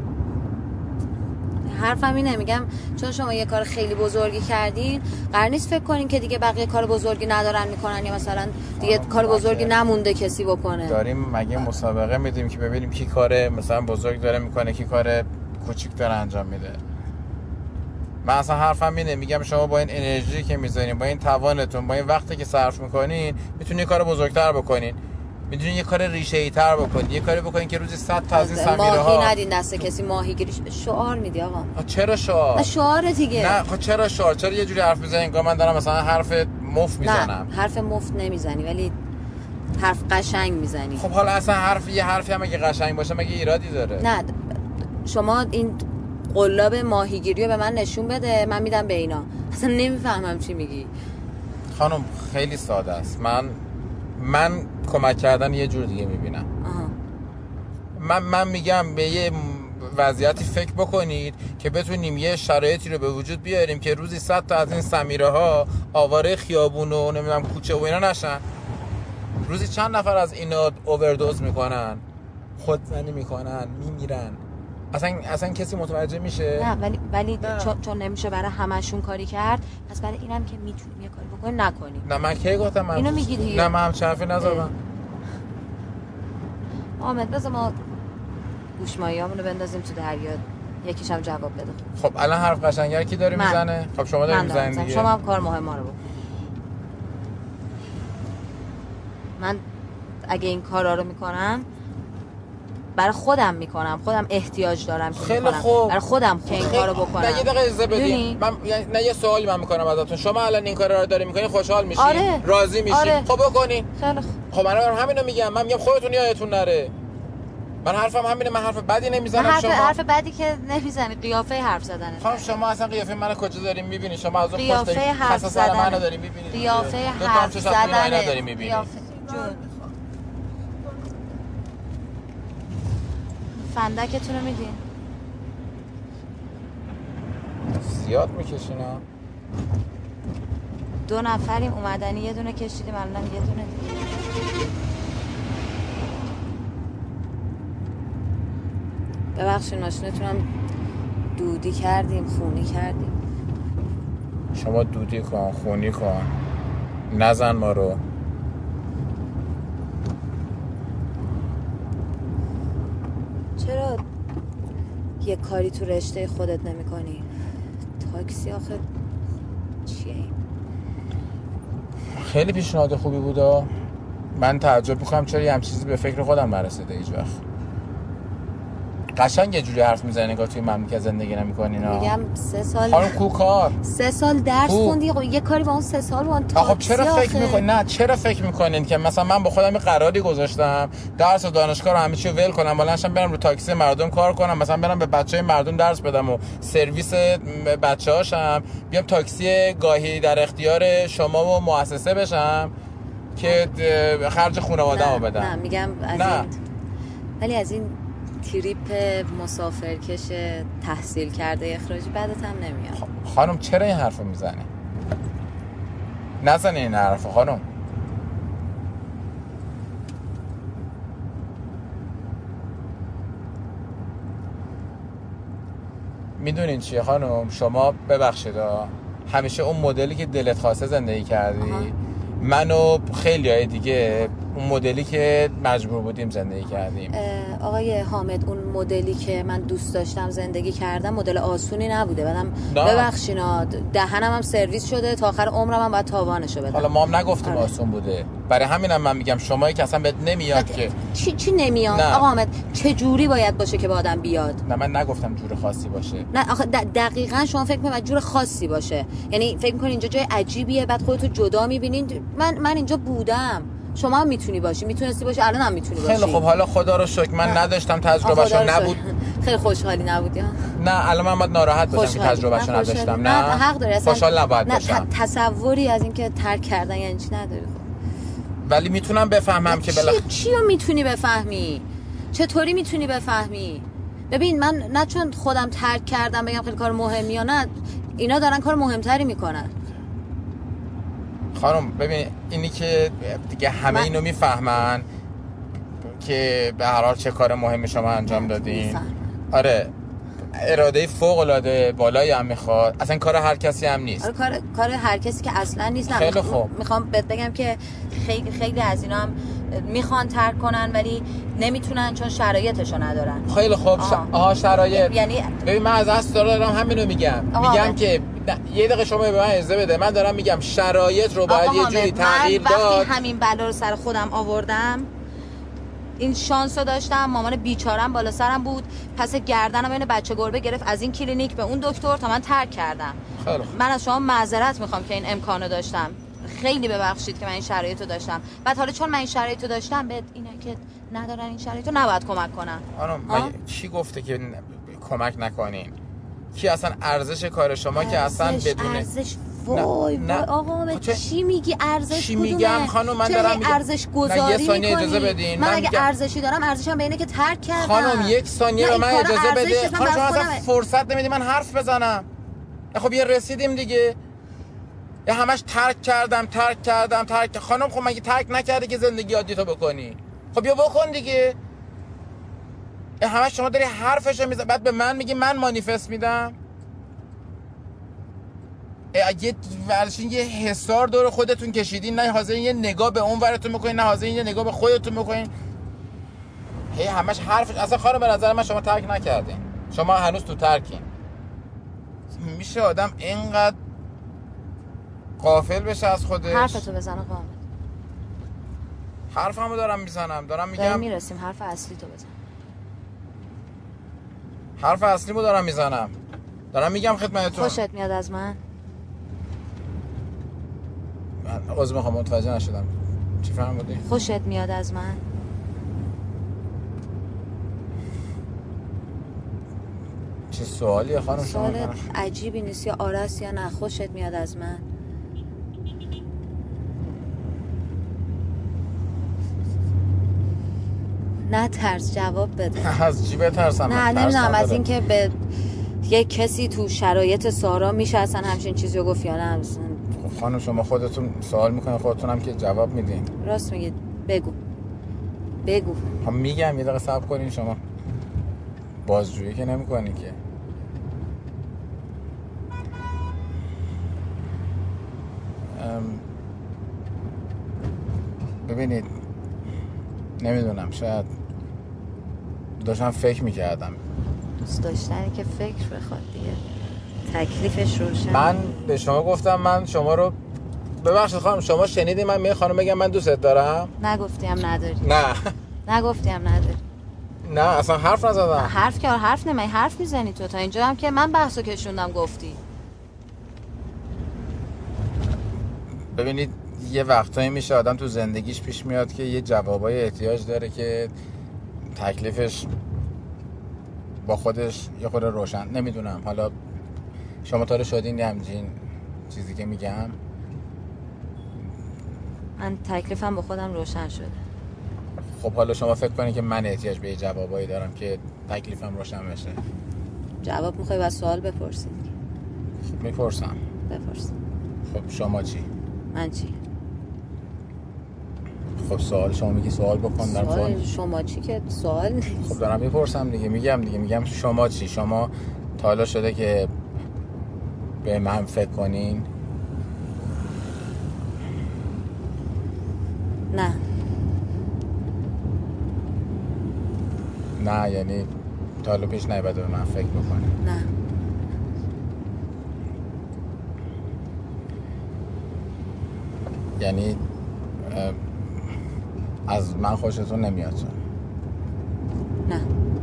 حرفم اینه، میگم چون شما یه کار خیلی بزرگی کردین قرار نیست فکر کنین که دیگه بقیه کار بزرگی ندارن میکنن یا مثلا دیگه کار بزرگی نمونده کسی بکنه. داریم مگه مسابقه میدیم که ببینیم کی کار مثلا بزرگ داره میکنه کی کار کوچیک داره انجام میده. من اصلا حرفم اینه، میگم شما با این انرژی که میذارین، با این توانتون، با این وقتی که صرف میکنین میتونین یه کار بزرگتر بکنین، میتونین یه کار ریشه‌ای تر بکنین، یه کاری بکنین که روزی 100 تا از این سمیره ها ماهی ندین دست کسی ماهیگیری. شعار میدی آقا. چرا شعار؟ شعار دیگه. نه خب چرا شعار؟ چرا یه جوری حرف میزنین که من دارم مثلا حرف مفت میزنم؟ نه حرف مفت نمیزنی ولی حرف قشنگ میزنی. خب حالا اصلا یه حرفی هم اگه قشنگ باشه مگه ایرادی داره؟ نه شما این قلاب ماهیگیری رو به من نشون بده، من میدم به اینا. اصلا نمیفهمم چی میگی. خانم خیلی ساده است. من کمک کردن یه جور دیگه میبینم. من میگم به یه وضعیتی فکر بکنید که بتونیم یه شرایطی رو به وجود بیاریم که روزی 100 تا از این سمیره ها آواره خیابون و نمیدونم کوچه و اینا نشن. روزی چند نفر از اینا اووردوز میکنن، خودزنی میکنن، میمیرن. اصلا کسی متوجه میشه؟ نه ولی چون نمیشه برای همشون کاری کرد، پس برای اینم که میتونیم یه کاری بکنیم نکنیم. نه من کی گفتم من اینو میگی دیگه. نه من هم حرفی نزدم. آمد بذار ما گوشماییامونو بندازیم تو دریا، یکیش هم جواب بده. خب الان حرف قشنگر کی داره میزنه؟ خب شما داری میزنید دیگه. شما هم کار مهمه رو بکن. من اگه این کارا رو میکنم برای خودم میکنم، خودم احتیاج دارم که خیلی میکنم. خوب. برای خودم که این کارو بکنم. نه یه دقیقه اجازه بدید. نه یه سوالی من میکنم ازتون. شما الان این کارا رو داری میکنین خوشحال میشین؟ آره. راضی میشین؟ آره. خب بکنین. خیلی خوب. خب من همینو میگم. من میگم خودتون یادتون نره. من حرفم همینه، من حرف بدی نمیزنم. شما حرف بدی که نمیزنی، قیافه حرف زدنه. خب شما اصلا قیافه منو کجا دارین میبینی؟ شما از اون قیافه حرف زدنه منو دارین میبینید. قیافه حرف زدنه دارین میبینید. جون فندکتون رو میدین؟ زیاد میکشینا. 2 نفریم اومدنی یه دونه کشیدیم، الان یه دونه دیگه. ببخشید ماشینتونم دودی کردیم، خونی کردیم. شما دودی کن، خونی کن، نزن ما رو. چرا یه کاری تو رشته خودت نمی کنی؟ تاکسی آخه چیه این؟ خیلی پیشنهاد خوبی بوده. من تعجب میکنم چرا یه هم چیزی به فکر خودم نرسیده هیچ وقت. قشنگ یه جوری حرف میزنی نگاه توی مملکت زندگی نمی‌کنین ها. میگم 3 سال خانم کوکار 3 سال درس خوندی، خب یه کاری با اون 3 سال با اون تاکسی. خب چرا فکر میکنین؟ نه چرا فکر میکنین که مثلا من با خودم یه قراری گذاشتم درس و دانشگاه رو همه چی ول کنم، بلندشم برم رو تاکسی مردم کار کنم، مثلا برم به بچهای مردم درس بدم و سرویس بچه‌هاشم، بیام تاکسی گاهی در اختیار شما و مؤسسه بشم که خرج خانواده‌مو بدم. نه میگم از این، ولی از این تریپ مسافرکش تحصیل کرده اخراجی بعدت هم نمیاد. خانم چرا این حرفو میزنی؟ نزنی این حرفو خانم. میدونین چیه خانم؟ شما ببخشید همیشه اون مدلی که دلت خواسته زندگی کردی. من و خیلی های دیگه اون مدلی که مجبور بودیم زندگی کردیم. آقای حامد اون مدلی که من دوست داشتم زندگی کردم مدل آسونی نبوده. بعدم ببخشینا دهنم هم سرویس شده، تا آخر عمرم هم باید تاوانشو بدم. حالا ما هم نگفتیم آسون بوده، برای همینم من میگم شمایی که اصلا بهت نمیاد که چی نمیاد؟ آقا حامد چه جوری باید باشه که با آدم بیاد؟ نه من نگفتم جور خاصی باشه. نه آخه دقیقاً شما فکر می‌کنید جور خاصی باشه، یعنی فکر می‌کنید اینجا جای عجیبیه بعد خودتو جدا می‌بینید. من اینجا بودم، شما هم میتونی باشی، میتونستی باشی، الان هم میتونی باشی. خیلی خب حالا خدا رو شکر من نداشتم تجربهشو، نبود. خیلی خوشحالی نبودی ها؟ نه الان من باید ناراحت باشم که تجربهشو نداشتم. نه حق داری اصلا خوشحال نباید باشم. تصوری از این که ترک کردن یعنی چی نداری. خب ولی میتونم بفهمم که چی رو میتونی بفهمی؟ چطوری میتونی بفهمی؟ ببین من نه چون خودم ترک کردم بگم خیلی کار مهمی یا نه، اینا دارن کار مهمتری میکنن. خانم ببین اینی که دیگه همه اینو میفهمن که به هر حال چه کار مهمی شما انجام دادین. آره اراده فوق العاده بالایی هم میخواد، اصلا کار هر کسی هم نیست. آره کار هر کسی که اصلا نیست. خیلی خوب. میخوام بهت بگم که خیلی از اینا هم میخوان ترک کنن ولی نمیتونن چون شرایطشو ندارن. خیلی خوب. شرایط یعنی ببین من از اصل دارم همینو میگم که یه دقیقه شما به من اجازه بده، من دارم میگم شرایط رو باید یه جوری تغییر داد. من وقتی همین بلا رو سر خودم آوردم این شانس رو داشتم، مامان بیچارم بالا سرم بود، پس گردنم بین بچه گربه گرفت از این کلینیک به اون دکتر تا من ترک کردم. من از شما معذرت میخوام که این امکانو داشتم، خیلی ببخشید که من این شرایطو داشتم. بعد حالا چون من این شرایطو داشتم به اینا که ندارن این شرایطو نباید کمک کنن. من کی گفته که کمک نکنین؟ کی اصلا ارزش کار شما که اصلا بدون ارزش وای آقا چی میگی ارزش چی میگم خانم؟ من دارم میگم ارزش گذاری یه ثانیه اجازه بدین. من اگه ارزشی دارم ارزشم به اینه که ترک کردم. خانم یک ثانیه به من اجازه بده. خانم شما اصلا فرصت نمیدی من حرف بزنم. خب یه رسیدیم دیگه. یا همش ترک کردم. خانم خب مگه ترک نکردی که زندگی عادی تو بکنی؟ خب بیا بکن دیگه. همش شما داری حرفشو میزنی بعد به من میگی من مانیفست میدم. اگه ورشین یه حصار دور خودتون کشیدین، نه حاضرین یه نگاه به اون ورتون بکنین، نه حاضرین یه نگاه به خودتون بکنین. همش حرفش. اصلا خانم به نظر من شما ترک نکردین، شما هنوز تو ترکین. میشه آدم اینقدر غافل بشه از خودش؟ حرفتو بزنه قامت. حرفمو دارم میگم میرسیم حرف اصلی تو بزن. حرف اصلیمو دارم میزنم، دارم میگم خدمتتون. خوشت میاد از من عذر میخوام متوجه نشدم چی فرمودی؟ خوشت میاد از من؟ چه سوالیه خانم شما؟ سوال عجیبی نیست یا آرست یا نه. خوشت میاد از من؟ نه ترس جواب بده. از چی بترسم؟ نه نمیدونم از این که به یک کسی تو شرایط سارا میشه اصلا همچین چیزی رو گفت یا نه. خانم شما خودتون سوال میکنین، خودتون هم که جواب میدین. راست میگید. بگو هم میگم یه دقیقه صبر کنین. شما بازجویی که نمیکنین که. ببینید نمیدونم، شاید داشتم فکر میکردم. دوست داشتنی که فکر بخواد دیگه تکلیفش روشن. من به شما گفتم من شما رو ببخشید خانم، شما شنیدی من میگم خانم بگم من دوستت دارم؟ نگفتیم نداری. نه نگفتیم نداری. نه اصلا حرف نزدم. حرف که حرف نمی حرف میزنی تو. تا اینجا هم که من بحثو کشوندم گفتی. ببینید یه وقتایی میشه آدم تو زندگیش پیش میاد که یه جوابای احتیاج داره که تکلیفش با خودش یه خورده روشن. نمیدونم حالا شما تا رو شدین همچین چیزی که میگم؟ من تکلیفم با خودم روشن شده. خب حالا شما فکر کنید که من احتیاج به یه جوابایی دارم که تکلیفم روشن بشه. جواب میخوای و سوال بپرسید؟ خب میپرسم. بپرس. خب شما چی؟ من چی؟ خب سوال شما میگی سوال بکن در سوال شما چی که سوال نیست. خب دارم میپرسم دیگه. میگم شما چی؟ شما تا حالا شده که به من فکر کنین؟ نه یعنی تا حالا پیش نیومده به من فکر بکنین؟ نه. یعنی از من خوشتون نمیاد؟ نه.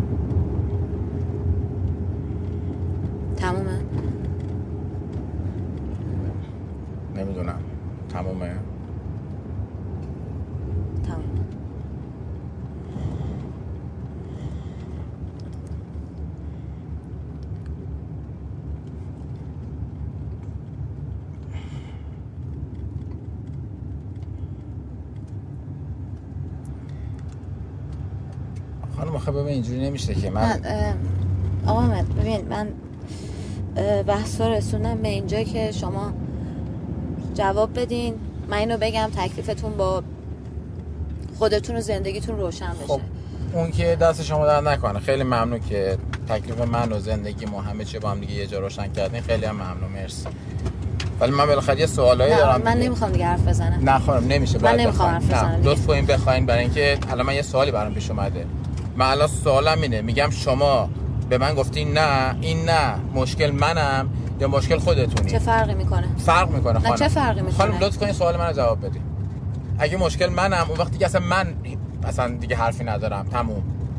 تمومه؟ نمیدونم. تمومه؟ تموم. خانم آخه ببین اینجوری نمیشه که من آقا احمد ببین من بحثا رسوندم به اینجا که شما جواب بدین، من اینو بگم تکلیفتون با خودتون و زندگیتون روشن بشه. خب اون که دست شما در نکنه. خیلی ممنون که تکلیف من و زندگی ما همه چی با هم دیگه یه جا روشن کردین. خیلی هم ممنون، مرسی. ولی من بالاخره یه سوالایی دارم. من نمیخوام دیگه حرف بزنم. نه خانم نمیشه. من نمیخوام حرف بزنم. لطف کنین بخواین، برای اینکه الان من یه سوالی برام پیش اومده. من الان سوالم اینه، میگم شما به من گفتین نه این نه مشکل منم یا مشکل خودتونی؟ چه فرقی میکنه؟ فرق میکنه خانم. نه چه فرقی میکنه؟ خانم لطف کنین سوال منو جواب بدین. اگه مشکل منم اون وقتی که اصلا من دیگه حرفی ندارم، تموم.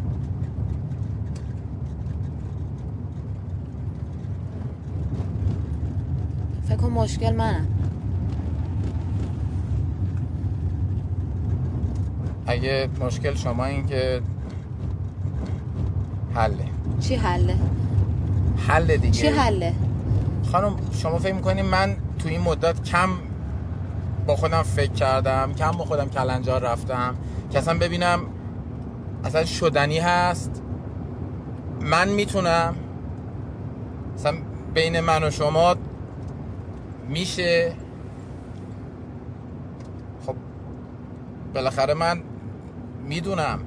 فکر کنم مشکل منم. اگه مشکل شما این که حله. چی حله؟ حله دیگه. چی حله؟ خانم شما فکر میکنین من تو این مدت کم با خودم فکر کردم، کم با خودم کلنجار رفتم که اصلا ببینم اصلا شدنی هست؟ من میتونم اصلا بین من و شما میشه؟ خب بالاخره من میدونم.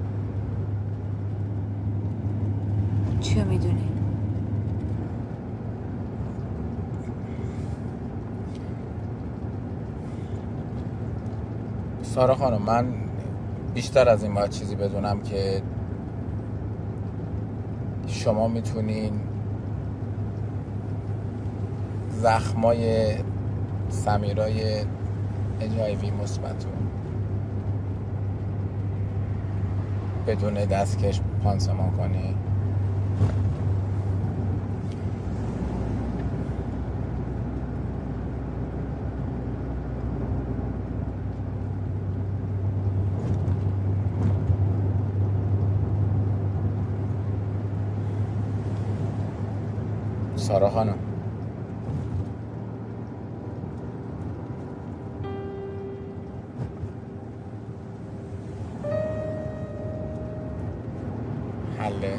چیو میدونی؟ سارا خانم من بیشتر از این باید چیزی بدونم که شما میتونین زخمای سمیرای HIV مثبتو بدون دستکش پانسمان کنی. سارا خانم حله.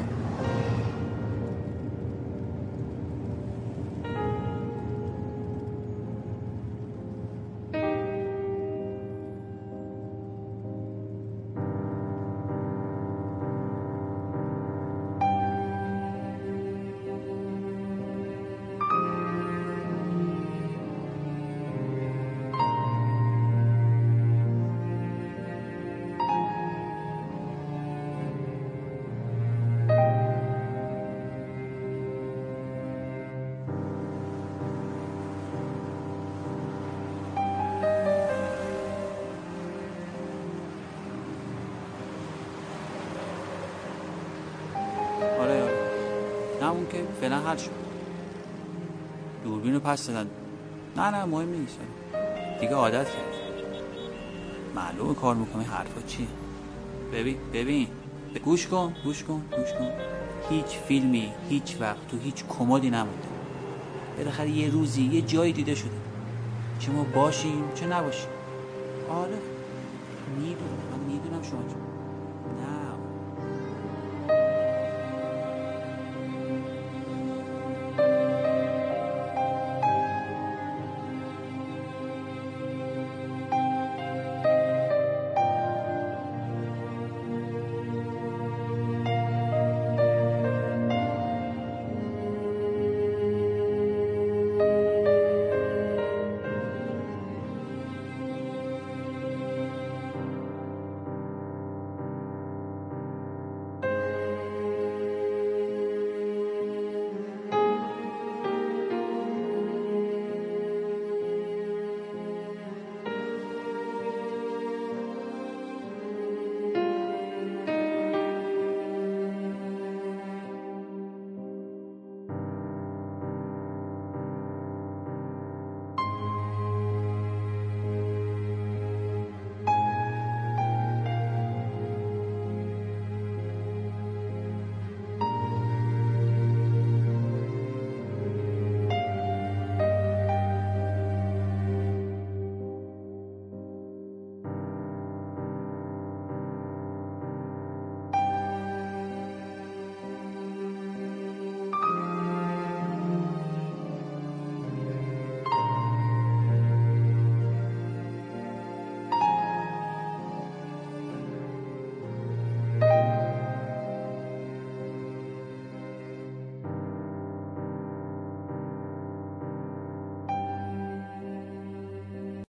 اون که فعلا حل شد. دوربین رو پس دادن. نه مهم نیست، دیگه عادت کرد. معلومه کار میکنه. حرفا چیه؟ ببین گوش کن. هیچ فیلمی هیچ وقت تو هیچ کمدی نمونده. بالاخره یه روزی یه جایی دیده شده، چه ما باشیم چه نباشیم. آره میدونم شما چون نه